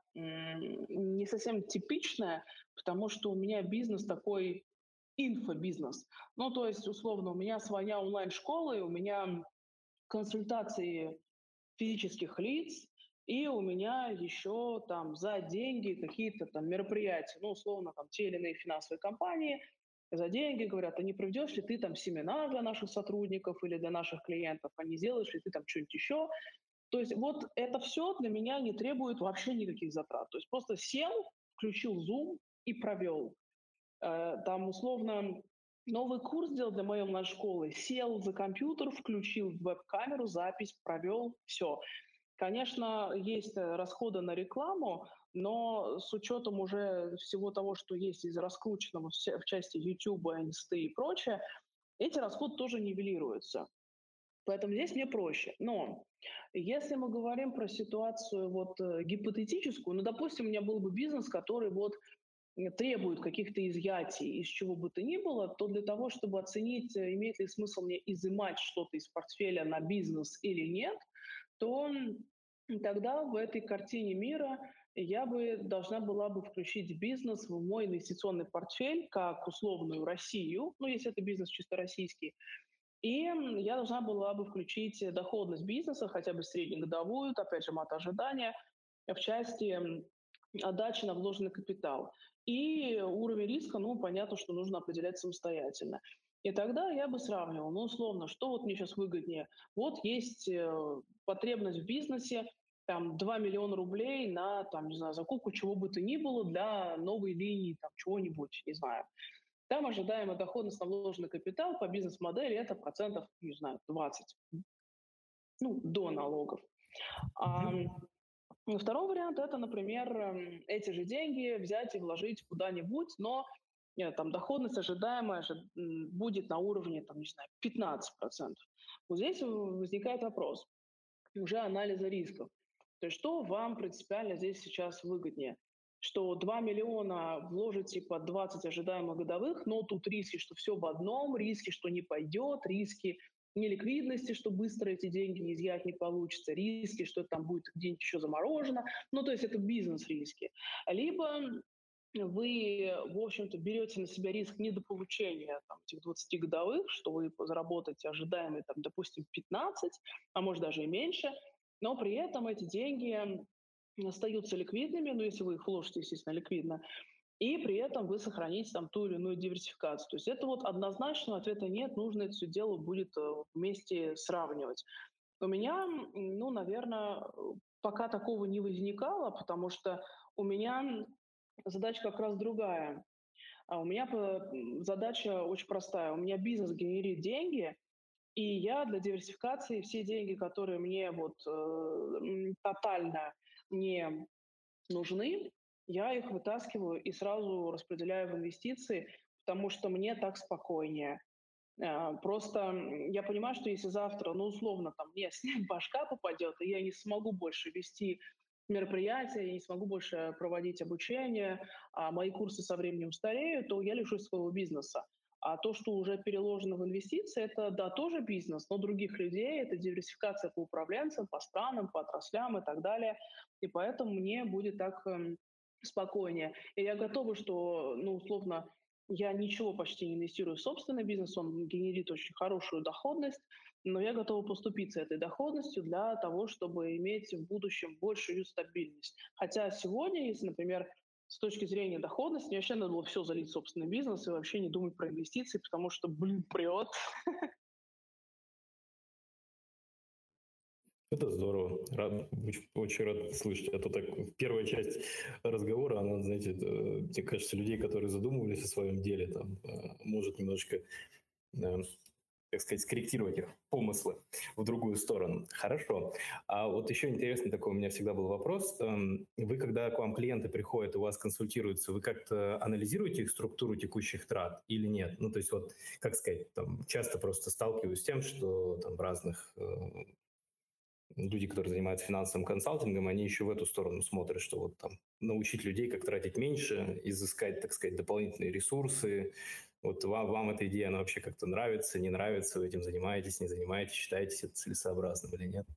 не совсем типичная, потому что у меня бизнес такой инфобизнес. Ну, то есть, условно, у меня своя онлайн-школа, и у меня консультации физических лиц, и у меня еще там за деньги какие-то там мероприятия, ну, условно, там те или иные финансовые компании за деньги говорят, а не проведешь ли ты там семинар для наших сотрудников или для наших клиентов, а не сделаешь ли ты там что-нибудь еще. То есть вот это все для меня не требует вообще никаких затрат. То есть просто сел, включил Zoom и провел. Там условно новый курс сделал для моей онлайн-школы, сел за компьютер, включил веб-камеру, запись, провел, все. Конечно, есть расходы на рекламу, но с учетом уже всего того, что есть из раскрученного в части YouTube, Инсты и прочее, эти расходы тоже нивелируются. Поэтому здесь мне проще. Но если мы говорим про ситуацию вот гипотетическую, ну, допустим, у меня был бы бизнес, который вот требует каких-то изъятий из чего бы то ни было, то для того, чтобы оценить, имеет ли смысл мне изымать что-то из портфеля на бизнес или нет, то тогда в этой картине мира я бы должна была бы включить бизнес в мой инвестиционный портфель как условную Россию, ну, если это бизнес чисто российский, и я должна была бы включить доходность бизнеса, хотя бы среднегодовую, опять же, мат ожидания, в части отдачи на вложенный капитал. И уровень риска, ну, понятно, что нужно определять самостоятельно. И тогда я бы сравнивал, ну, условно, что вот мне сейчас выгоднее. Вот есть потребность в бизнесе, там, 2 миллиона рублей на, там, не знаю, закупку чего бы то ни было для новой линии, там, чего-нибудь, не знаю. Там ожидаемая доходность на вложенный капитал по бизнес-модели это процентов, не знаю, 20, ну, до налогов. А второй вариант это, например, эти же деньги взять и вложить куда-нибудь, но там доходность ожидаемая же будет на уровне, там, не знаю, 15%. Вот здесь возникает вопрос уже анализа рисков. То есть что вам принципиально здесь сейчас выгоднее? Что 2 миллиона вложите по 20 ожидаемых годовых, но тут риски, что все в одном, риски, что не пойдет, риски неликвидности, что быстро эти деньги изъять не получится, риски, что это там будет где-нибудь еще заморожено. Ну, то есть это бизнес-риски. Либо вы, в общем-то, берете на себя риск недополучения там, этих 20 годовых, что вы заработаете ожидаемые, там, допустим, 15, а может даже и меньше, но при этом эти деньги остаются ликвидными, ну, если вы их вложите, естественно, ликвидно, и при этом вы сохраните там ту или иную диверсификацию. То есть это вот однозначного ответа нет, нужно это все дело будет вместе сравнивать. У меня, ну, наверное, пока такого не возникало, потому что у меня задача как раз другая. А у меня задача очень простая. У меня бизнес генерит деньги, и я для диверсификации все деньги, которые мне вот тотально не нужны, я их вытаскиваю и сразу распределяю в инвестиции, потому что мне так спокойнее. Просто я понимаю, что если завтра, ну, условно, там мне снег в башка попадет, и я не смогу больше вести мероприятия, я не смогу больше проводить обучение, а мои курсы со временем устареют, то я лишусь своего бизнеса. А то, что уже переложено в инвестиции, это, да, тоже бизнес, но других людей, это диверсификация по управленцам, по странам, по отраслям и так далее. И поэтому мне будет так спокойнее. И я готова, что, ну, условно, я ничего почти не инвестирую в собственный бизнес, он генерит очень хорошую доходность, но я готова поступиться этой доходностью для того, чтобы иметь в будущем большую стабильность. Хотя сегодня, если, например, с точки зрения доходности, мне вообще надо было все залить в собственный бизнес и вообще не думать про инвестиции, потому что, блин, прет. Это здорово. Рад, очень рад слышать. А то так первая часть разговора, она, знаете, мне кажется, людей, которые задумывались о своем деле, там, может немножечко, так сказать, скорректировать их помыслы в другую сторону. Хорошо. А вот еще интересный такой у меня всегда был вопрос. Вы, когда к вам клиенты приходят, у вас консультируются, вы как-то анализируете их структуру текущих трат или нет? Ну, то есть вот, как сказать, там, часто просто сталкиваюсь с тем, что там в разных люди, которые занимаются финансовым консалтингом, они еще в эту сторону смотрят, что вот там научить людей, как тратить меньше, изыскать, так сказать, дополнительные ресурсы. Вот вам эта идея, она вообще как-то нравится, не нравится, вы этим занимаетесь, не занимаетесь, считаете это целесообразным или нет?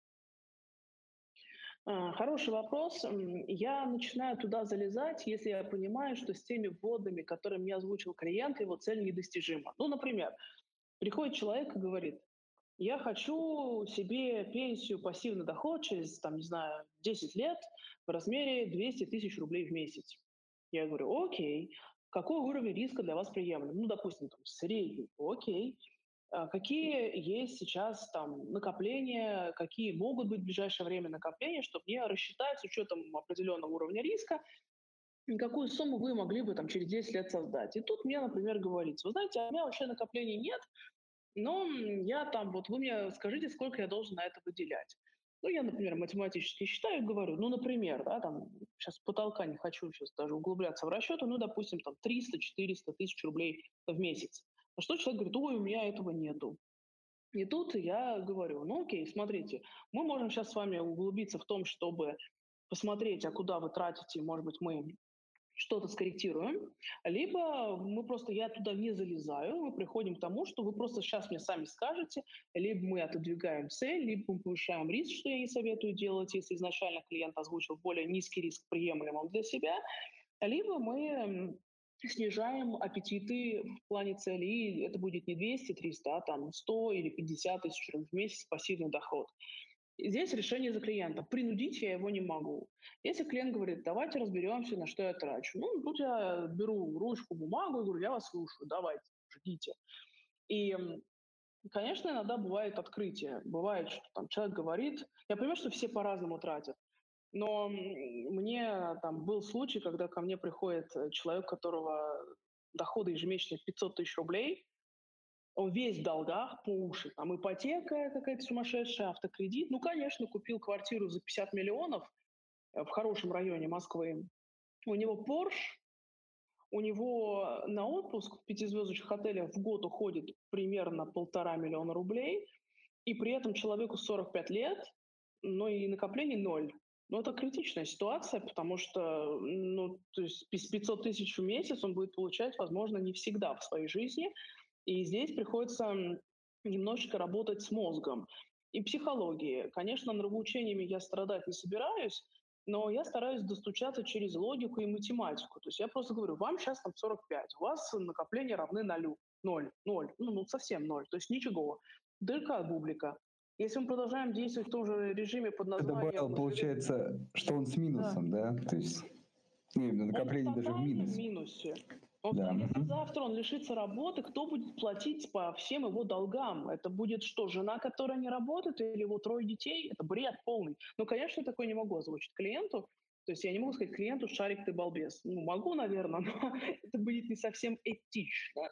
Хороший вопрос. Я начинаю туда залезать, если я понимаю, что с теми вводными, которые мне озвучил клиент, его цель недостижима. Ну, например, приходит человек и говорит: я хочу себе пенсию, пассивный доход через, там, не знаю, 10 лет в размере 200 тысяч рублей в месяц. Я говорю: окей, какой уровень риска для вас приемлем? Ну, допустим, там, средний. Окей. Какие есть сейчас там накопления, какие могут быть в ближайшее время накопления, чтобы мне рассчитать с учетом определенного уровня риска, и какую сумму вы могли бы там через 10 лет создать. И тут мне, например, говорится: вы знаете, а у меня вообще накоплений нет, но я там, вот вы мне скажите, сколько я должен на это выделять. Ну, я, например, математически считаю и говорю, ну, например, да, там, сейчас потолка не хочу сейчас даже углубляться в расчеты, ну, допустим, там 300-400 тысяч рублей в месяц. На что человек говорит: ой, у меня этого нету. И тут я говорю: ну, окей, смотрите, мы можем сейчас с вами углубиться в том, чтобы посмотреть, а куда вы тратите, может быть, мы что-то скорректируем, либо мы просто, я туда не залезаю, мы приходим к тому, что вы просто сейчас мне сами скажете, либо мы отодвигаем цель, либо мы повышаем риск, что я не советую делать, если изначально клиент озвучил более низкий риск приемлемым для себя, либо мы снижаем аппетиты в плане цели, и это будет не 200-300, а там 100 или 50 тысяч рублей в месяц пассивный доход. И здесь решение за клиента. Принудить я его не могу. Если клиент говорит: давайте разберемся, на что я трачу. Ну, тут я беру ручку, бумагу и говорю: я вас слушаю, давайте, ждите. И, конечно, иногда бывает открытие. Бывает, что там человек говорит, я понимаю, что все по-разному тратят, но мне там был случай, когда ко мне приходит человек, у которого доходы ежемесячные 500 тысяч рублей, он весь в долгах по уши. Там ипотека какая-то сумасшедшая, автокредит. Ну, конечно, купил квартиру за 50 миллионов в хорошем районе Москвы. У него Porsche, у него на отпуск в пятизвездочных отелях в год уходит примерно 1,5 миллиона рублей, и при этом человеку 45 лет, но и накоплений ноль. Ну, это критичная ситуация, потому что, ну, то есть 500 тысяч в месяц он будет получать, возможно, не всегда в своей жизни. И здесь приходится немножечко работать с мозгом и психологией. Конечно, нравоучениями я страдать не собираюсь, но я стараюсь достучаться через логику и математику. То есть я просто говорю: вам сейчас там 45, у вас накопления равны нулю. Ноль, ноль, ну совсем ноль, то есть ничего. Дырка, бублика. Если мы продолжаем действовать в том же режиме под Ты названием... добавил, получается, что он с Да. минусом, да? То есть, ну, именно Он накопление даже в тотально в минус. минусе. Он, Да. если завтра он лишится работы, кто будет платить по всем его долгам? Это будет что, жена, которая не работает, или его 3 детей? Это бред полный. Ну, конечно, я такое не могу озвучить клиенту. То есть я не могу сказать клиенту: шарик, ты балбес. Ну, могу, наверное, но это будет не совсем этично.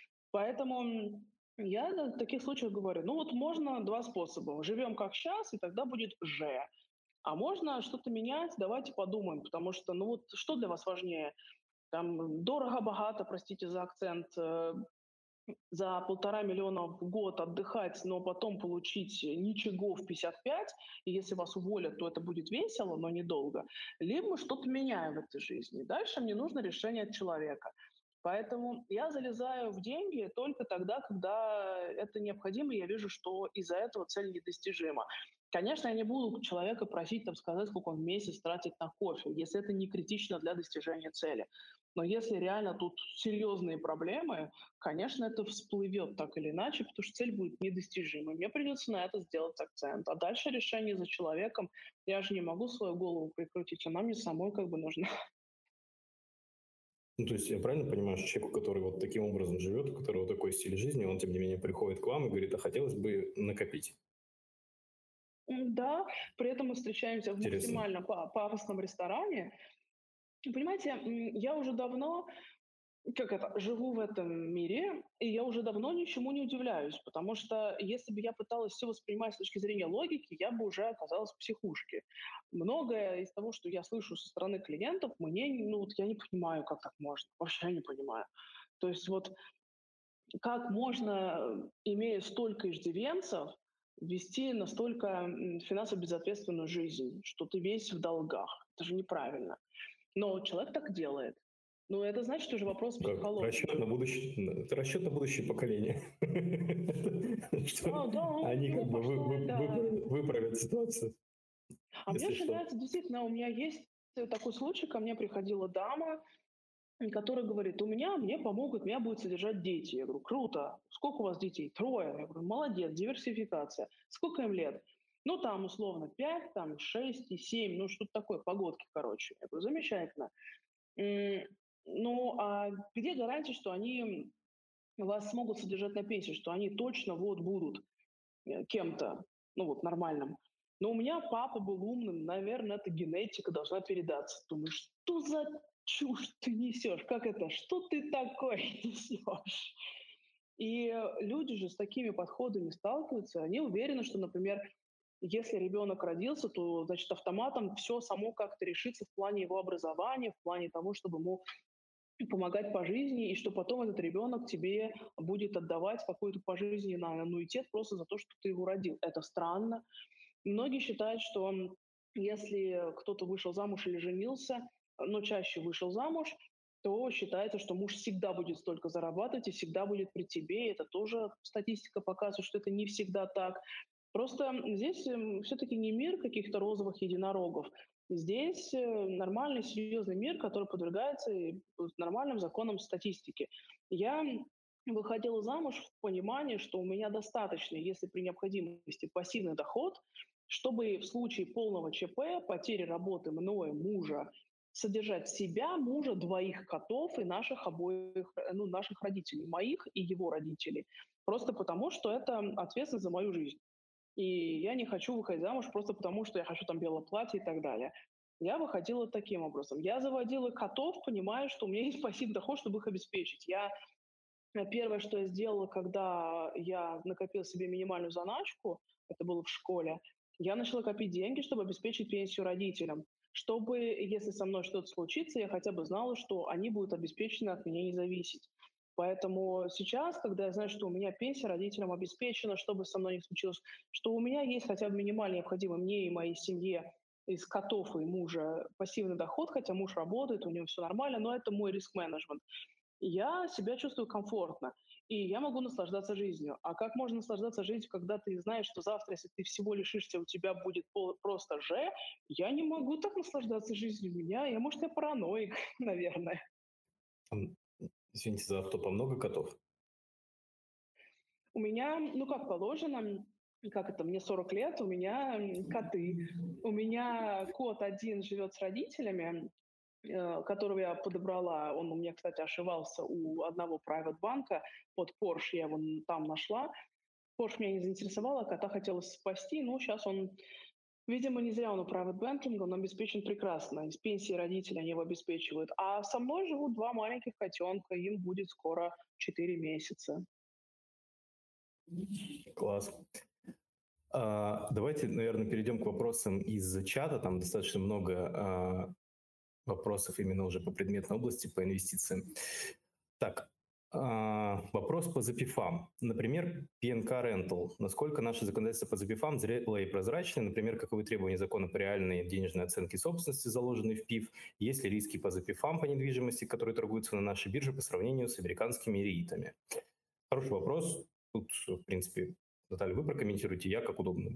Поэтому я в таких случаях говорю: ну вот можно два способа. Живем как сейчас, и тогда будет «же». А можно что-то менять, давайте подумаем, потому что, ну вот что для вас важнее? Там дорого-богато, простите за акцент, за 1,5 миллиона в год отдыхать, но потом получить ничего в 55, и если вас уволят, то это будет весело, но недолго, либо мы что-то меняем в этой жизни. Дальше мне нужно решение от человека. Поэтому я залезаю в деньги только тогда, когда это необходимо, и я вижу, что из-за этого цель недостижима. Конечно, я не буду человека просить там, сказать, сколько он в месяц тратит на кофе, если это не критично для достижения цели. Но если реально тут серьезные проблемы, конечно, это всплывет так или иначе, потому что цель будет недостижимой. Мне придется на это сделать акцент. А дальше решение за человеком. Я же не могу свою голову прикрутить, она мне самой как бы нужна. Ну, то есть я правильно понимаю, что человеку, который вот таким образом живет, у которого такой стиль жизни, он, тем не менее, приходит к вам и говорит, а хотелось бы накопить. Да, при этом мы встречаемся в Интересно. максимально пафосном ресторане. Понимаете, я уже давно живу в этом мире, и я уже давно ничему не удивляюсь, потому что если бы я пыталась все воспринимать с точки зрения логики, я бы уже оказалась в психушке. Многое из того, что я слышу со стороны клиентов, ну вот я не понимаю, как так можно, вообще не понимаю. То есть вот как можно, имея столько иждивенцев, вести настолько финансово безответственную жизнь, что ты весь в долгах. Это же неправильно. Но человек так делает. Но это значит уже вопрос Как психологии. расчет на будущее, это расчет на будущее поколение. Что Да, у они него как бы пошло, да. выправят ситуацию, А мне если очень что. нравится, действительно, у меня есть такой случай, ко мне приходила дама, которая говорит, мне помогут, меня будут содержать дети. Я говорю, круто, сколько у вас детей? 3. Я говорю, молодец, диверсификация. Сколько им лет? Ну, там, условно, 5, там, 6 и 7, ну, что-то такое, погодки, короче. Я говорю, замечательно. М, Ну, а где гарантия, что они вас смогут содержать на пенсии, что они точно вот будут кем-то, ну вот нормальным. Но у меня папа был умным, наверное, эта генетика должна передаться. Думаю, что за чушь ты несешь? Как это? Что ты такое несешь? И люди же с такими подходами сталкиваются, они уверены, что, например, если ребенок родился, то, значит, автоматом все само как-то решится в плане его образования, в плане того, чтобы ему помогать по жизни, и что потом этот ребенок тебе будет отдавать какой-то пожизненный аннуитет просто за то, что ты его родил. Это странно. Многие считают, что если кто-то вышел замуж или женился, но чаще вышел замуж, то считается, что муж всегда будет столько зарабатывать и всегда будет при тебе. И это тоже статистика показывает, что это не всегда так. Просто здесь все-таки не мир каких-то розовых единорогов. Здесь нормальный, серьезный мир, который подвергается нормальным законам статистики. Я выходила замуж в понимании, что у меня достаточно, если при необходимости, пассивный доход, чтобы в случае полного ЧП, потери работы мною, мужа, содержать себя, мужа, 2 котов и наших обоих, ну, наших родителей, моих и его родителей. Просто потому, что это ответственность за мою жизнь. И я не хочу выходить замуж просто потому, что я хочу там белое платье и так далее. Я выходила таким образом. Я заводила котов, понимая, что у меня есть пассивный доход, чтобы их обеспечить. Первое, что я сделала, когда я накопила себе минимальную заначку, это было в школе, я начала копить деньги, чтобы обеспечить пенсию родителям. Чтобы, если со мной что-то случится, я хотя бы знала, что они будут обеспечены, от меня не зависеть. Поэтому сейчас, когда я знаю, что у меня пенсия родителям обеспечена, что бы со мной ни случилось, что у меня есть хотя бы минимально необходимый мне и моей семье из котов и мужа пассивный доход, хотя муж работает, у него все нормально, но это мой риск-менеджмент. Я себя чувствую комфортно, и я могу наслаждаться жизнью. А как можно наслаждаться жизнью, когда ты знаешь, что завтра, если ты всего лишишься, у тебя будет просто «Ж», я не могу так наслаждаться жизнью. Может, я параноик, наверное. Там, извините за автоп, много котов? У меня, ну как положено, как это, мне 40 лет, у меня коты. У меня кот один живет с родителями, которого я подобрала. Он у меня, кстати, ошивался у одного private-банка под Porsche, я его там нашла. Porsche меня не заинтересовала, кота хотелось спасти, но сейчас он, видимо, не зря он у private banking, он обеспечен прекрасно. Из пенсии родители они его обеспечивают. А со мной живут 2 маленьких котенка, им будет скоро 4 месяца. Класс. Давайте, наверное, перейдем к вопросам из чата. Там достаточно много вопросов именно уже по предметной области, по инвестициям. Так, Вопрос по запифам. Например, ПНК Rental. Насколько наше законодательство по запифам зрелое и прозрачное? Например, каковы требования закона по реальной денежной оценке собственности, заложенные в ПИФ? Есть ли риски по запифам по недвижимости, которые торгуются на нашей бирже по сравнению с американскими РИИТами? Хороший вопрос. Тут, в принципе, Наталья, вы прокомментируете, я как удобно.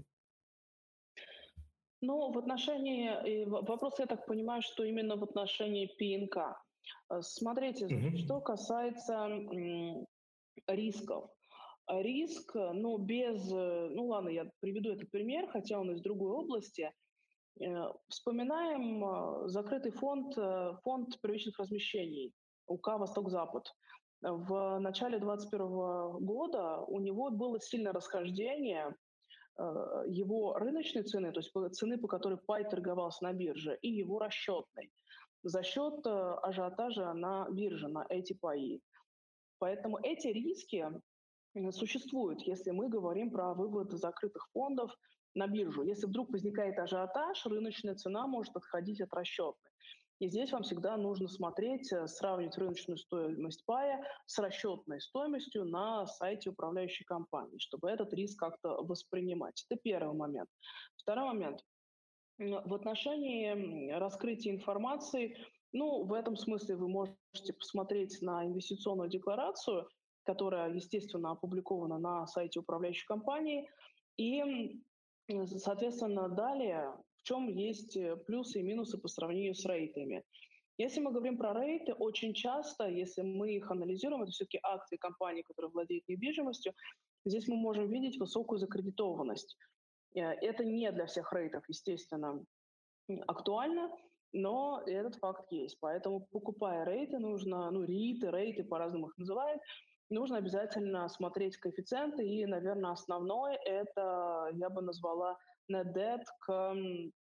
Ну, в отношении, вопрос, я так понимаю, что именно в отношении ПНК. Смотрите, значит, что касается рисков. Риск, ну, ну ладно, я приведу этот пример, хотя он из другой области. Вспоминаем закрытый фонд первичных размещений УК «Восток-Запад». В начале 2021 года у него было сильное расхождение его рыночной цены, то есть цены, по которой пай торговался на бирже, и его расчетной за счет ажиотажа на бирже, на эти паи. Поэтому эти риски существуют, если мы говорим про вывод закрытых фондов на биржу. Если вдруг возникает ажиотаж, рыночная цена может отходить от расчетной. И здесь вам всегда нужно смотреть, сравнивать рыночную стоимость пая с расчетной стоимостью на сайте управляющей компании, чтобы этот риск как-то воспринимать. Это первый момент. Второй момент. В отношении раскрытия информации, ну, в этом смысле вы можете посмотреть на инвестиционную декларацию, которая, естественно, опубликована на сайте управляющей компании, и, соответственно, далее, в чем есть плюсы и минусы по сравнению с рейтами. Если мы говорим про рейты, очень часто, если мы их анализируем, это все-таки акции компании, которые владеют недвижимостью, здесь мы можем видеть высокую закредитованность. Это не для всех рейтов, естественно, актуально, но этот факт есть. Поэтому, покупая рейты, нужно, ну, рииты, рейты, по-разному их называют, нужно обязательно смотреть коэффициенты. И, наверное, основной это, я бы назвала, net debt к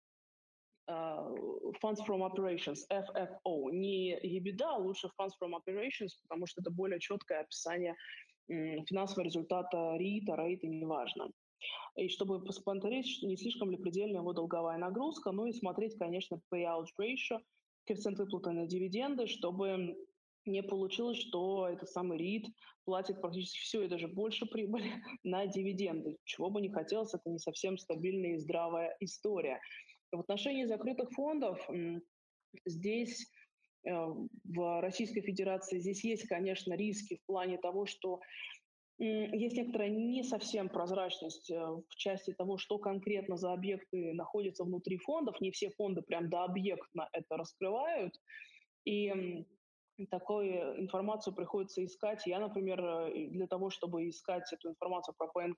Funds from Operations, FFO. Не EBITDA, а лучше Funds from Operations, потому что это более четкое описание финансового результата риита, рейта, неважно. И чтобы посмотреть, не слишком ли предельная его долговая нагрузка, ну и смотреть, конечно, payout ratio, коэффициент выплаты на дивиденды, чтобы не получилось, что этот самый РИИТ платит практически все и даже больше прибыли на дивиденды. Чего бы не хотелось, это не совсем стабильная и здравая история. В отношении закрытых фондов здесь в Российской Федерации здесь есть, конечно, риски в плане того, что есть некоторая не совсем прозрачность в части того, что конкретно за объекты находятся внутри фондов. Не все фонды прям дообъектно это раскрывают. И такую информацию приходится искать. Я, например, для того, чтобы искать эту информацию про ПНК,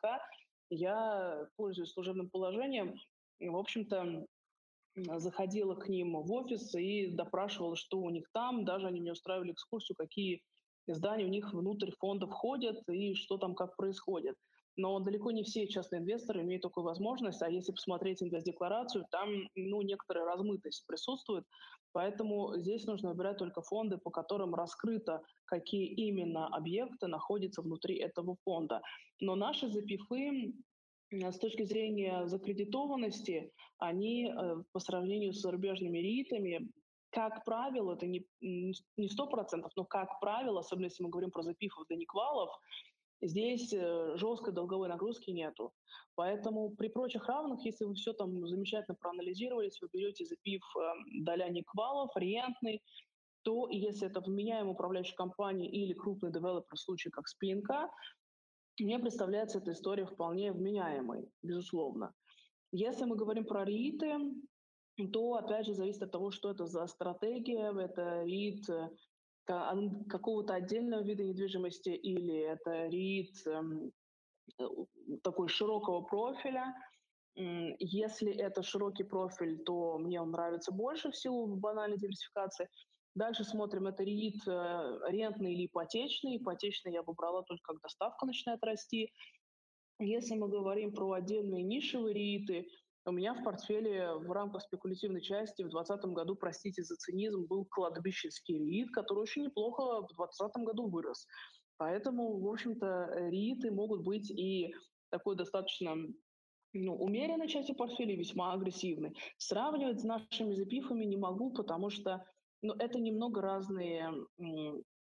я пользуюсь служебным положением. И, в общем-то, заходила к ним в офис и допрашивала, что у них там. Даже они мне устраивали экскурсию, какие здания у них внутрь фонда входят и что там как происходит. Но далеко не все частные инвесторы имеют такую возможность, а если посмотреть инвестдекларацию, там, ну, некоторая размытость присутствует, поэтому здесь нужно выбирать только фонды, по которым раскрыто, какие именно объекты находятся внутри этого фонда. Но наши запифы с точки зрения закредитованности, они по сравнению с зарубежными РИИТами, как правило, это не 100%, но как правило, особенно если мы говорим про запифов до никвалов, здесь жесткой долговой нагрузки нету. Поэтому при прочих равных, если вы все там замечательно проанализировались, вы берете запиф доля никвалов, рентный, то если это вменяемая управляющая компания или крупный девелопер в случае как с ПНК, мне представляется эта история вполне вменяемой, безусловно. Если мы говорим про РИИТы, то, опять же, зависит от того, что это за стратегия. Это РИИТ какого-то отдельного вида недвижимости или это РИИТ такой широкого профиля. Если это широкий профиль, то мне он нравится больше в силу банальной диверсификации. Дальше смотрим, это РИИТ рентный или ипотечный. Ипотечный я бы брала только когда ставка начинает расти. Если мы говорим про отдельные нишевые РИИТы, у меня в портфеле в рамках спекулятивной части в 2020 году, простите за цинизм, был кладбищенский РИИТ, который очень неплохо в 2020 году вырос. Поэтому, в общем-то, РИИТы могут быть и такой достаточно умеренной частью портфеля, весьма агрессивной. Сравнивать с нашими запифами не могу, потому что это немного разные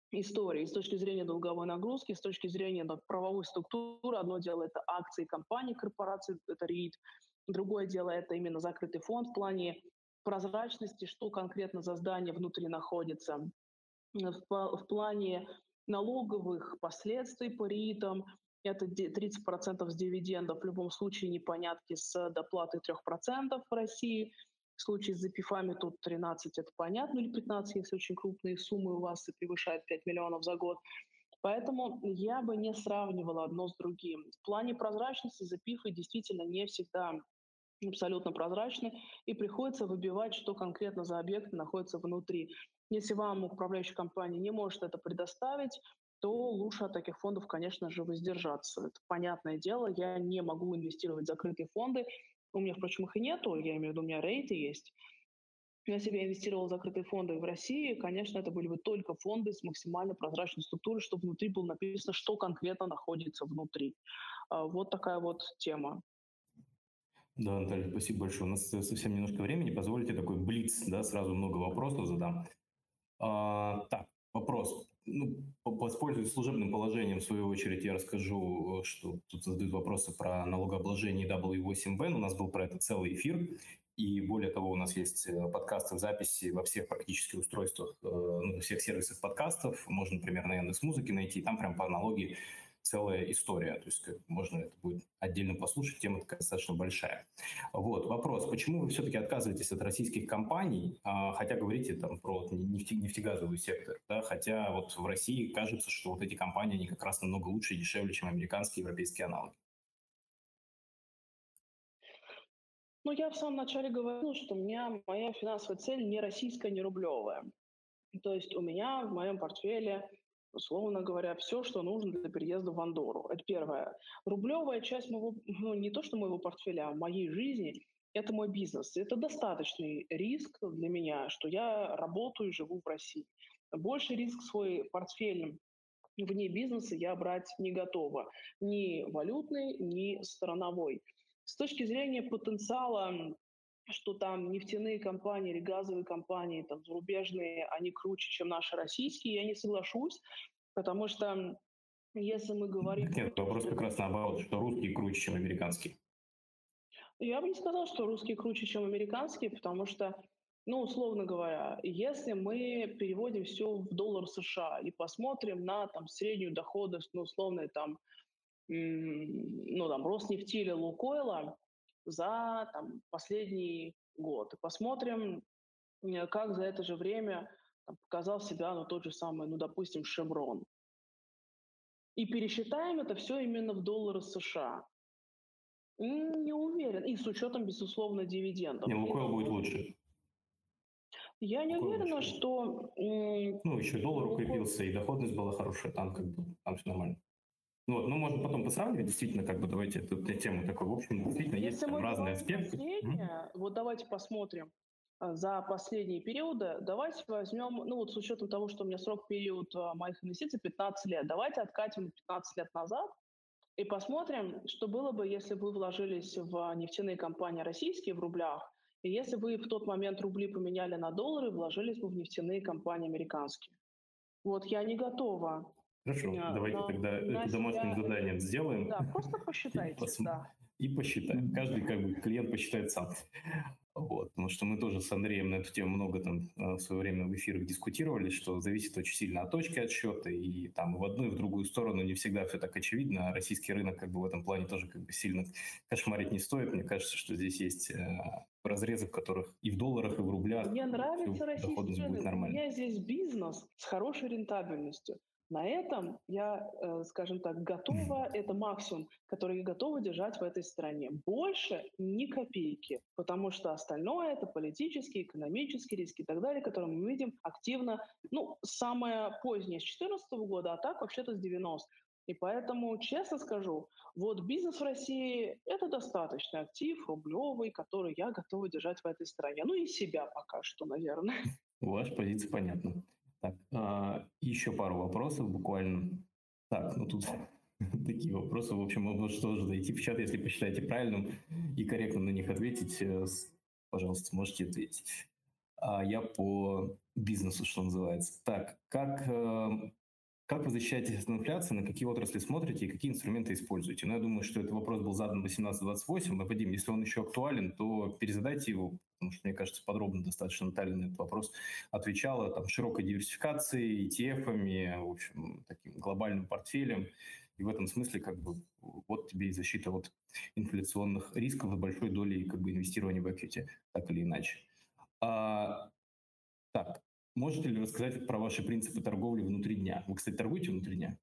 истории с точки зрения долговой нагрузки, с точки зрения правовой структуры. Одно дело — это акции компаний, корпораций, это РИИТ. Другое дело — это именно закрытый фонд в плане прозрачности, что конкретно за здание внутри находится. В плане налоговых последствий по РИИТам это 30% с дивидендов, в любом случае непонятки с доплатой 3% в России. В случае с запифами тут 13 это понятно, или 15, если очень крупные суммы у вас и превышают 5 миллионов за год. Поэтому я бы не сравнивала одно с другим. В плане прозрачности запифы действительно не всегда абсолютно прозрачны, и приходится выбивать, что конкретно за объекты находится внутри. Если вам управляющая компания не может это предоставить, то лучше от таких фондов, конечно же, воздержаться. Это понятное дело, я не могу инвестировать в закрытые фонды. У меня, впрочем, их и нету, я имею в виду, у меня рейты есть. Если бы я инвестировал в закрытые фонды в России, конечно, это были бы только фонды с максимально прозрачной структурой, чтобы внутри было написано, что конкретно находится внутри. Вот такая вот тема. Да, Наталья, спасибо большое. У нас совсем немножко времени. Позвольте такой блиц, да, сразу много вопросов задам. Так, вопрос. Ну, воспользуюсь служебным положением, в свою очередь, я расскажу, что тут задают вопросы про налогообложение W8V. У нас был про это целый эфир. И более того, у нас есть подкасты в записи во всех практически устройствах, во всех сервисах подкастов. Можно, например, на Яндекс.Музыке найти. Там прям по аналогии целая история. То есть можно это будет отдельно послушать, тема такая достаточно большая. Вот, вопрос. Почему вы все-таки отказываетесь от российских компаний, хотя говорите там про нефтегазовый сектор, да, хотя вот в России кажется, что вот эти компании, они как раз намного лучше и дешевле, чем американские и европейские аналоги? Ну, я в самом начале говорила, что у меня моя финансовая цель не российская, не рублевая. То есть у меня в моем портфеле, условно говоря, все, что нужно для переезда в Андорру. Это первое. Рублевая часть моего, ну, не то что моего портфеля, а моей жизни, это мой бизнес. Это достаточный риск для меня, что я работаю и живу в России. Больше риск свой портфель вне бизнеса я брать не готова. Ни валютный, ни страновой. С точки зрения потенциала, что там нефтяные компании или газовые компании там, зарубежные, они круче, чем наши российские, я не соглашусь, потому что если мы говорим... Нет, вопрос как раз наоборот, что русские круче, чем американские. Я бы не сказала, что русские круче, чем американские, потому что, ну, условно говоря, если мы переводим все в доллар США и посмотрим на там, среднюю доходность, ну, условно, там, ну, там, Роснефти или Лукойла за там, последний год, и посмотрим, как за это же время там, показал себя, ну, тот же самый, ну, допустим, Шеврон. И пересчитаем это все именно в доллары США. Не уверен. И с учетом, безусловно, дивидендов. Не, Лукойл будет лучше. Я не Лукойл уверена, лучше. что... Ну, еще доллар укрепился, и доходность была хорошая, там как бы, там все нормально. Ну, вот, ну, можно потом посравнивать, действительно, как бы, давайте эту тему такой, в общем, действительно, есть там разные аспекты. Вот давайте посмотрим за последние периоды. Давайте возьмем, ну вот с учетом того, что у меня срок период моих инвестиций 15 лет, давайте откатим 15 лет назад и посмотрим, что было бы, если бы вы вложились в нефтяные компании российские в рублях, и если вы в тот момент рубли поменяли на доллары, вложились бы в нефтяные компании американские. Вот я не готова. Хорошо, давайте тогда это домашним заданием сделаем. Да, просто посчитайте. И посчитаем. Каждый как бы клиент посчитает сам. Вот, потому что мы тоже с Андреем на эту тему много там в свое время в эфирах дискутировали, что зависит очень сильно от точки отсчета, и там в одну и в другую сторону не всегда все так очевидно. Российский рынок как бы в этом плане тоже как бы сильно кошмарить не стоит. Мне кажется, что здесь есть разрезы, в которых и в долларах, и в рублях. Мне нравится российский рынок. У меня здесь бизнес с хорошей рентабельностью. На этом я, скажем так, готова, это максимум, который я готова держать в этой стране. Больше ни копейки, потому что остальное это политические, экономические риски и так далее, которые мы видим активно, ну, самое позднее, с 2014 года, а так вообще-то с 90-х. И поэтому, честно скажу, вот бизнес в России – это достаточный актив, рублевый, который я готова держать в этой стране. Ну и себя пока что, наверное. Ваша позиция понятна. Так, еще пару вопросов буквально. Так, ну тут такие вопросы. В общем, можно тоже зайти в чат, если посчитаете правильным и корректно на них ответить. Пожалуйста, можете ответить. Я по бизнесу, что называется. Так, как вы защищаетесь от инфляции, на какие отрасли смотрите и какие инструменты используете? Ну, я думаю, что этот вопрос был задан 18-28. Вадим, если он еще актуален, то перезадайте его, потому что, мне кажется, подробно достаточно Наталья на этот вопрос отвечала, там, широкой диверсификацией, ETF-ами, в общем, таким глобальным портфелем. И в этом смысле, как бы, вот тебе и защита от инфляционных рисков с большой долей, как бы, инвестирования в equity, так или иначе. Так, можете ли рассказать про ваши принципы торговли внутри дня? Вы, кстати, торгуете внутри дня?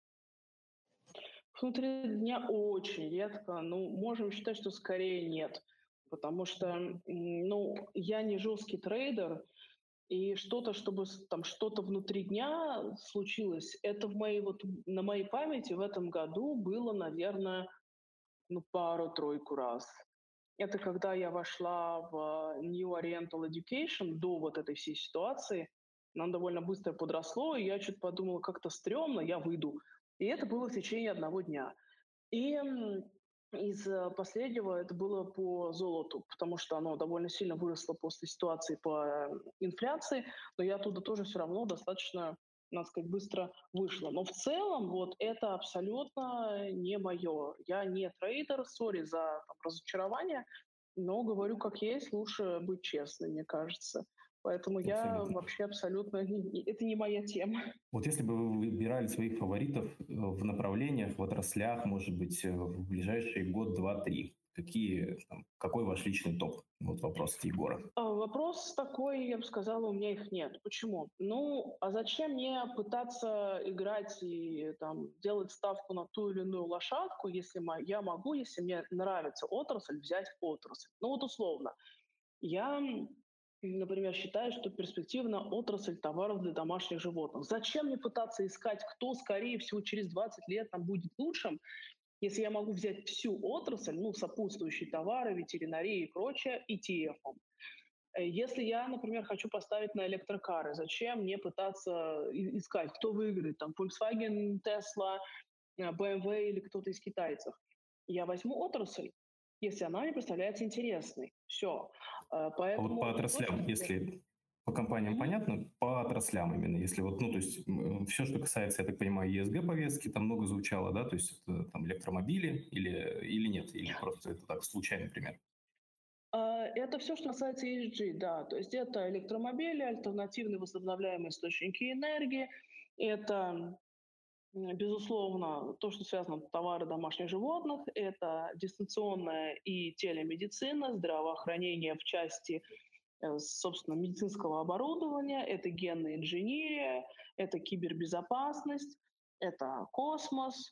Внутри дня очень редко. Ну, можем считать, что скорее нет. Потому что, ну, я не жесткий трейдер, и что-то, чтобы там что-то внутри дня случилось, это на моей памяти в этом году было, наверное, ну, пару-тройку раз. Это когда я вошла в New Oriental Education до вот этой всей ситуации. Нам довольно быстро подросло, и я что-то подумала, как-то стрёмно, я выйду. И это было в течение одного дня. И из последнего это было по золоту, потому что оно довольно сильно выросло после ситуации по инфляции, но я оттуда тоже все равно достаточно, надо сказать, быстро вышла. Но в целом вот это абсолютно не мое. Я не трейдер, сори за там, разочарование, но говорю как есть, лучше быть честным, мне кажется. Поэтому я Абсолютно. вообще абсолютно... Это не моя тема. Вот если бы вы выбирали своих фаворитов в направлениях, в отраслях, может быть, в ближайшие год, два, три, какой ваш личный топ? Вот вопрос от Егора. Вопрос такой, я бы сказала, у меня их нет. Почему? Ну, а зачем мне пытаться играть и там, делать ставку на ту или иную лошадку, если я могу, если мне нравится отрасль, взять отрасль? Ну вот условно. Я, например, считаю, что перспективна отрасль товаров для домашних животных. Зачем мне пытаться искать, кто, скорее всего, через 20 лет там будет лучшим, если я могу взять всю отрасль, ну, сопутствующие товары, ветеринарии и прочее, ETF-ом? Если я, например, хочу поставить на электрокары, зачем мне пытаться искать, кто выиграет, там, Volkswagen, Tesla, BMW или кто-то из китайцев? Я возьму отрасль, если она мне представляется интересной. Все. А вот по Поэтому не то, отраслям, что... если по компаниям понятно, по отраслям именно, если вот, ну, то есть все, что касается, я так понимаю, ESG-повестки, там много звучало, да, то есть это, там электромобили или нет, или просто это так, случайный пример? Это все, что касается ESG, да. То есть это электромобили, альтернативные возобновляемые источники энергии, это безусловно, то, что связано с товары домашних животных, это дистанционная и телемедицина, здравоохранение в части, собственно, медицинского оборудования, это генная инженерия, это кибербезопасность, это космос,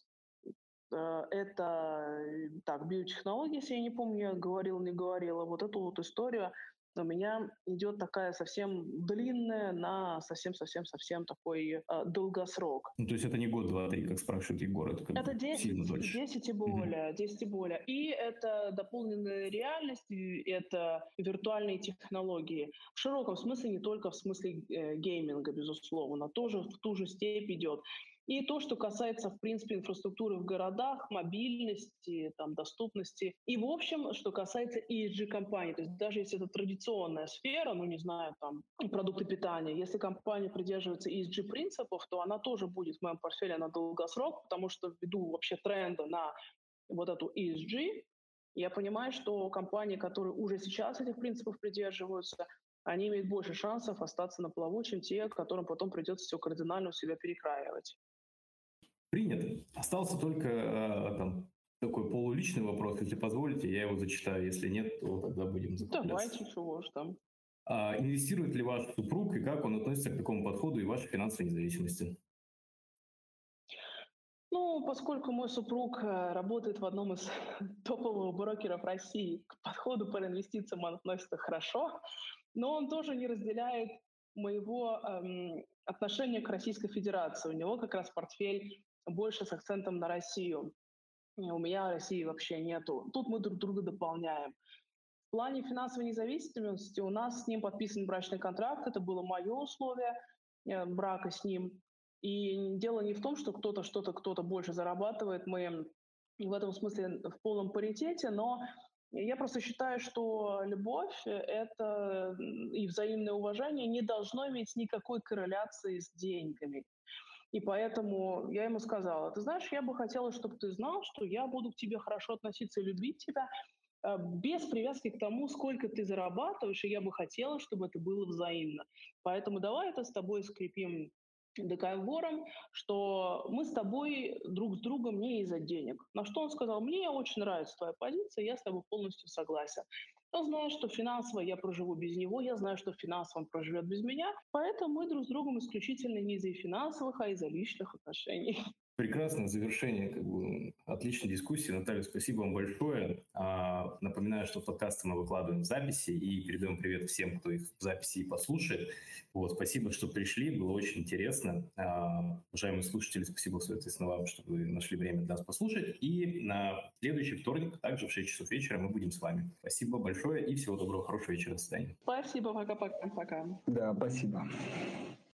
это так, биотехнологии, если я не помню, я говорила, не говорила. Вот эту вот историю у меня идет такая совсем длинная на совсем-совсем-совсем такой долгосрок. Ну, то есть это не год, два, три, как спрашивает Егор, это как Это бы сильно дольше. 10 и более, 10 и более. И это дополненная реальность, и это виртуальные технологии. В широком смысле, не только в смысле гейминга, безусловно, тоже в ту же степь идет. И то, что касается, в принципе, инфраструктуры в городах, мобильности, там, доступности. И, в общем, что касается ESG-компаний. То есть даже если это традиционная сфера, ну, не знаю, там, продукты питания, если компания придерживается ESG-принципов, то она тоже будет в моем портфеле на долгосрок, потому что ввиду вообще тренда на вот эту ESG, я понимаю, что компании, которые уже сейчас этих принципов придерживаются, они имеют больше шансов остаться на плаву, чем те, которым потом придется все кардинально у себя перекраивать. Принято. Остался только там такой полуличный вопрос, если позволите, я его зачитаю. Если нет, то тогда будем закругляться. Давайте, чего ж там. Инвестирует ли ваш супруг и как он относится к такому подходу и вашей финансовой независимости? Ну, поскольку мой супруг работает в одном из топовых брокеров России, к подходу по инвестициям он относится хорошо, но он тоже не разделяет моего отношения к Российской Федерации. У него как раз портфель больше с акцентом на Россию. У меня России вообще нету. Тут мы друг друга дополняем. В плане финансовой независимости у нас с ним подписан брачный контракт. Это было мое условие брака с ним. И дело не в том, что кто-то что-то, кто-то больше зарабатывает. Мы в этом смысле в полном паритете, но Я просто считаю, что любовь это и взаимное уважение не должно иметь никакой корреляции с деньгами. И поэтому я ему сказала: ты знаешь, я бы хотела, чтобы ты знал, что я буду к тебе хорошо относиться и любить тебя, без привязки к тому, сколько ты зарабатываешь, и я бы хотела, чтобы это было взаимно. Поэтому давай это с тобой скрепим договором, что мы с тобой друг с другом не из-за денег. На что он сказал: мне очень нравится твоя позиция, я с тобой полностью согласен. Он знает, что финансово я проживу без него, я знаю, что финансово он проживет без меня, поэтому мы друг с другом исключительно не из-за финансовых, а из-за личных отношений. Прекрасное завершение отличной дискуссии. Наталья, спасибо вам большое. Напоминаю, что подкасты мы выкладываем в записи и передаем привет всем, кто их в записи и послушает. Спасибо, что пришли, было очень интересно. Уважаемые слушатели, спасибо, соответственно, вам, что вы нашли время для нас послушать. И на следующий вторник, также в 6 часов вечера, мы будем с вами. Спасибо большое и всего доброго, хорошего вечера, до свидания. Спасибо, пока-пока. Да, спасибо.